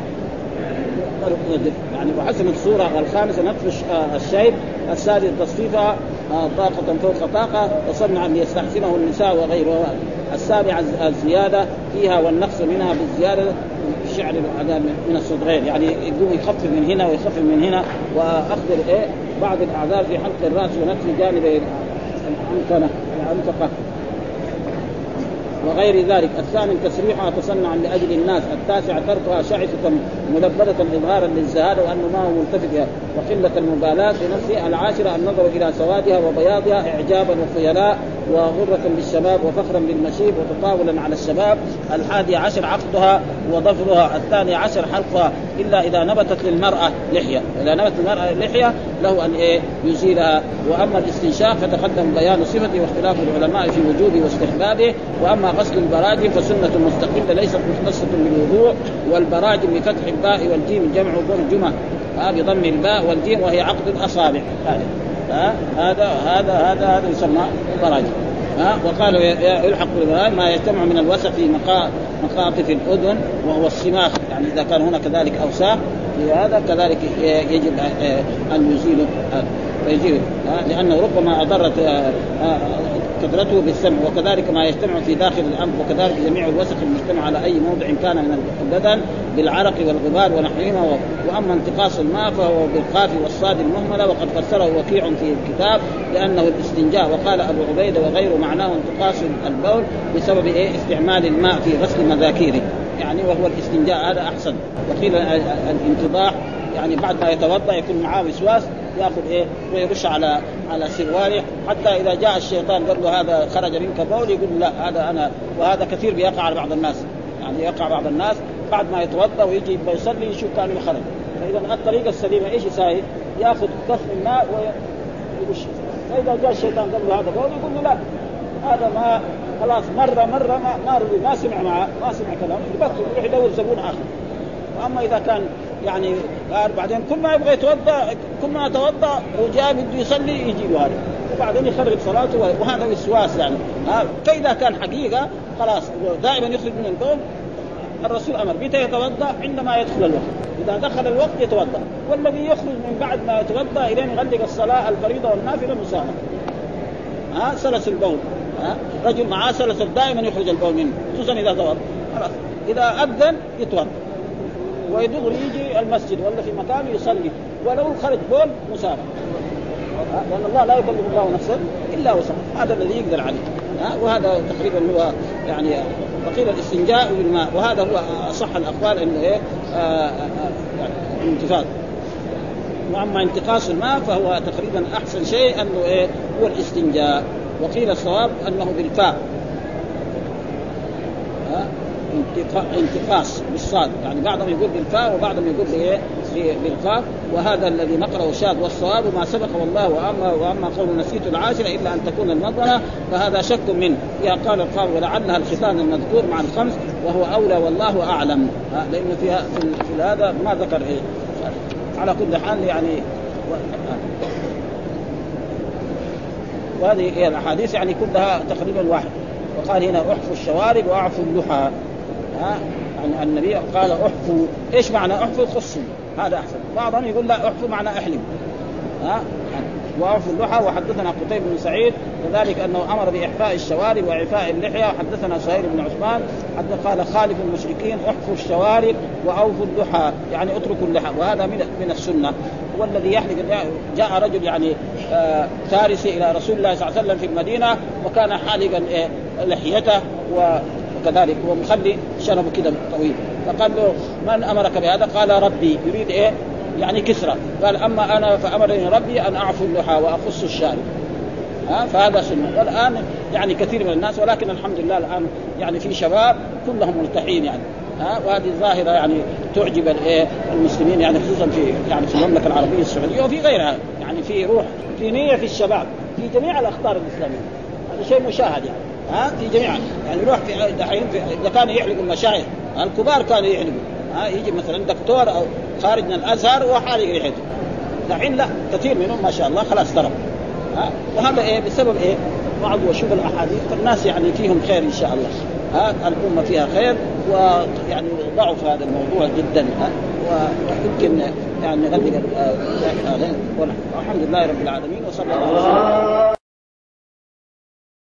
يعني وحسن الصورة. الخامسة نتف الشيب. السادس تصفيفها طاقة فوق طاقة وصنعا ليستحسنه النساء وغيرها. السابعة الزيادة فيها والنقص منها بالزيادة الشعر من الصدغين، يعني يقوم يخفف من هنا ويخفف من هنا. وأخذ إيه بعض الأعذار في حلق الرأس ونتف جانب الأنفة الأنفقة وغير ذلك. الثامن تسريحها تصنعا لأجل الناس. التاسع تركها شعثة ملبدة إظهارا للزهادة وأنه ما هو ملتفت بها وقلة المبالاة بنفسه. العاشرة النظر إلى سوادها وبياضها إعجابا وخيلاء وغرة بالشباب وفخرا بالمشيب وتطاولا على الشباب. الحادي عشر عقدها وضفرها. الثاني عشر حلقها إلا إذا نبتت للمرأة لحية، إذا نبتت للمرأة لحية له أن إيه يزيلها. وأما الاستنشاق فتقدم بيان صفته واختلاف العلماء في وجوبه واستحبابه. وأما غسل البراجم فسنة مستقلة ليست مختصة بالوضوء. والبراجم بفتح الباء والجيم جمع برجمة بضم الباء والجيم وهي عقد الأصابع. هذا ها هذا هذا هذا هذا يسمى ضرج. ها وقال يلحق ما يجتمع من الوسخ في مقاطف الأذن وهو الصماخ، يعني إذا كان هنا كذلك أوساخ في هذا كذلك يجب أن يزيل فيزيل، لأنه ربما أضرت كثرته بالسمع. وكذلك ما يجتمع في داخل الأنف، وكذلك جميع الوسخ المجتمع على أي موضع كان من البدن بالعرق والغبار ونحوهما. وأما انتقاص الماء فهو بالقاف والصاد المهملة، وقد فسره وكيع في الكتاب لأنه الاستنجاء. وقال أبو عبيدة وغيره معناه انتقاص البول بسبب إيه؟ استعمال الماء في غسل مذاكيره، يعني وهو الاستنجاء هذا أحسن. وقيل الانتضاح يعني بعد ما يتوضأ يكون معاه وسواس ياخذ ايه ويرش على على سرواله، حتى اذا جاء الشيطان قال له هذا خرج منك بول يقول لا هذا انا. وهذا كثير بيقع على بعض الناس، يعني يقع بعض الناس بعد ما يتوضا ويجي يصلي يشوف كانه خرج. فاذا الطريقه السليمه ايش يساوي؟ ياخذ كف من ماء ويرش. فاذا جاء الشيطان قال له هذا بول يقول له لا هذا ما خلاص مره مره ما ما, ما سمع معه ما سمع كلامه يبطل يروح يدور زبون اخر. واما اذا كان يعني بعدين كل ما يبغى يتوضا كل ما يتوضا وجاء بده يصلي يجي له هذا وبعدين يخرب صلاته، وهذا وسواس يعني. فاذا كان حقيقه خلاص دائما يخرج من البول. الرسول امر متى يتوضا؟ عندما يدخل الوقت، اذا دخل الوقت يتوضا. والذي يخرج من بعد ما يتوضا الى ان يغلق الصلاه الفريضه والنافله مساء ها سلس البول. ها رجل معاه سلس دائما يخرج البول منه خصوصا اذا توضا، خلاص اذا اذن يتوضا ويدغري يجي المسجد ولا في مكان يصلي ولو خرج بول مسافر، لأن الله لا يكلف الله نفسا إلا وسعها، هذا الذي يقدر عليه. وهذا تقريبا هو يعني وقيل الاستنجاء بالماء، وهذا هو أصح الأقوال إنه إيه انتفاض. وأما انتقاص الماء فهو تقريبا أحسن شيء أنه إيه هو الاستنجاء. وقيل الصواب أنه بالفاء انتقاص بالصاد، يعني بعضهم يقول بالفاء وبعضهم يقول بايه بالقاف، وهذا الذي نقرأه شاذ. والصواب ما سبق والله. واما واما قول نسيت العاشره الا ان تكون المضمنه فهذا شك منه. يا قال القاضي ولعلها الختان المذكور مع الخمس وهو اولى والله اعلم، لانه فيها في, في هذا ما ذكر ايه. على كل حال يعني وهذه هي الاحاديث يعني كلها تقريبا واحد. وقال هنا احفوا الشوارب واعفوا اللحى. ها يعني النبي قال احفوا، ايش معنى احفوا؟ خصوا، هذا احسن. بعضهم يقول لا احفوا معنى احلم. ها واعفوا اللحى. وحدثنا قتيبة بن سعيد كذلك انه امر باحفاء الشوارب واعفاء اللحيه. وحدثنا سهيل بن عثمان حتى قال خالف المشركين احفوا الشوارب واوفوا اللحى، يعني اتركوا اللحى، وهذا من من السنه. هو الذي يحلق. جاء رجل يعني آه فارسي الى رسول الله صلى الله عليه وسلم في المدينه وكان حالقا آه لحيته وكذلك ومخلي شنبه كده طويل، فقال له من امرك بهذا؟ قال ربي، يريد ايه يعني كسرة. قال اما انا فامرني ربي ان اعفو اللحى واخص الشارب. ها فهذا سنه. والان يعني كثير من الناس، ولكن الحمد لله الان يعني في شباب كلهم ملتحين يعني. ها وهذه الظاهره يعني تعجب الايه المسلمين، يعني خصوصا في يعني في المملكه العربيه السعوديه وفي غيرها، يعني في روح في نيه في الشباب في جميع الاخطار الاسلاميه. هذا شيء مشاهد يعني. ها في جميع يعني يروح في دحين اذا كانوا يحلقوا المشايخ الكبار كانوا يحلقوا، ها يجي مثلا دكتور او خارج من الازهر وحالق ريحته. دحين لا، كثير منهم ما شاء الله خلاص ترك. ها وهذا ايه بسبب ايه؟ بعض وشوف الاحاديث الناس يعني فيهم خير ان شاء الله. ها الامه فيها خير، ويعني ضعف هذا الموضوع جدا. ها ويمكن يعني نغلق هذا. والحمد لله رب العالمين وصلى الله عليه وسلم.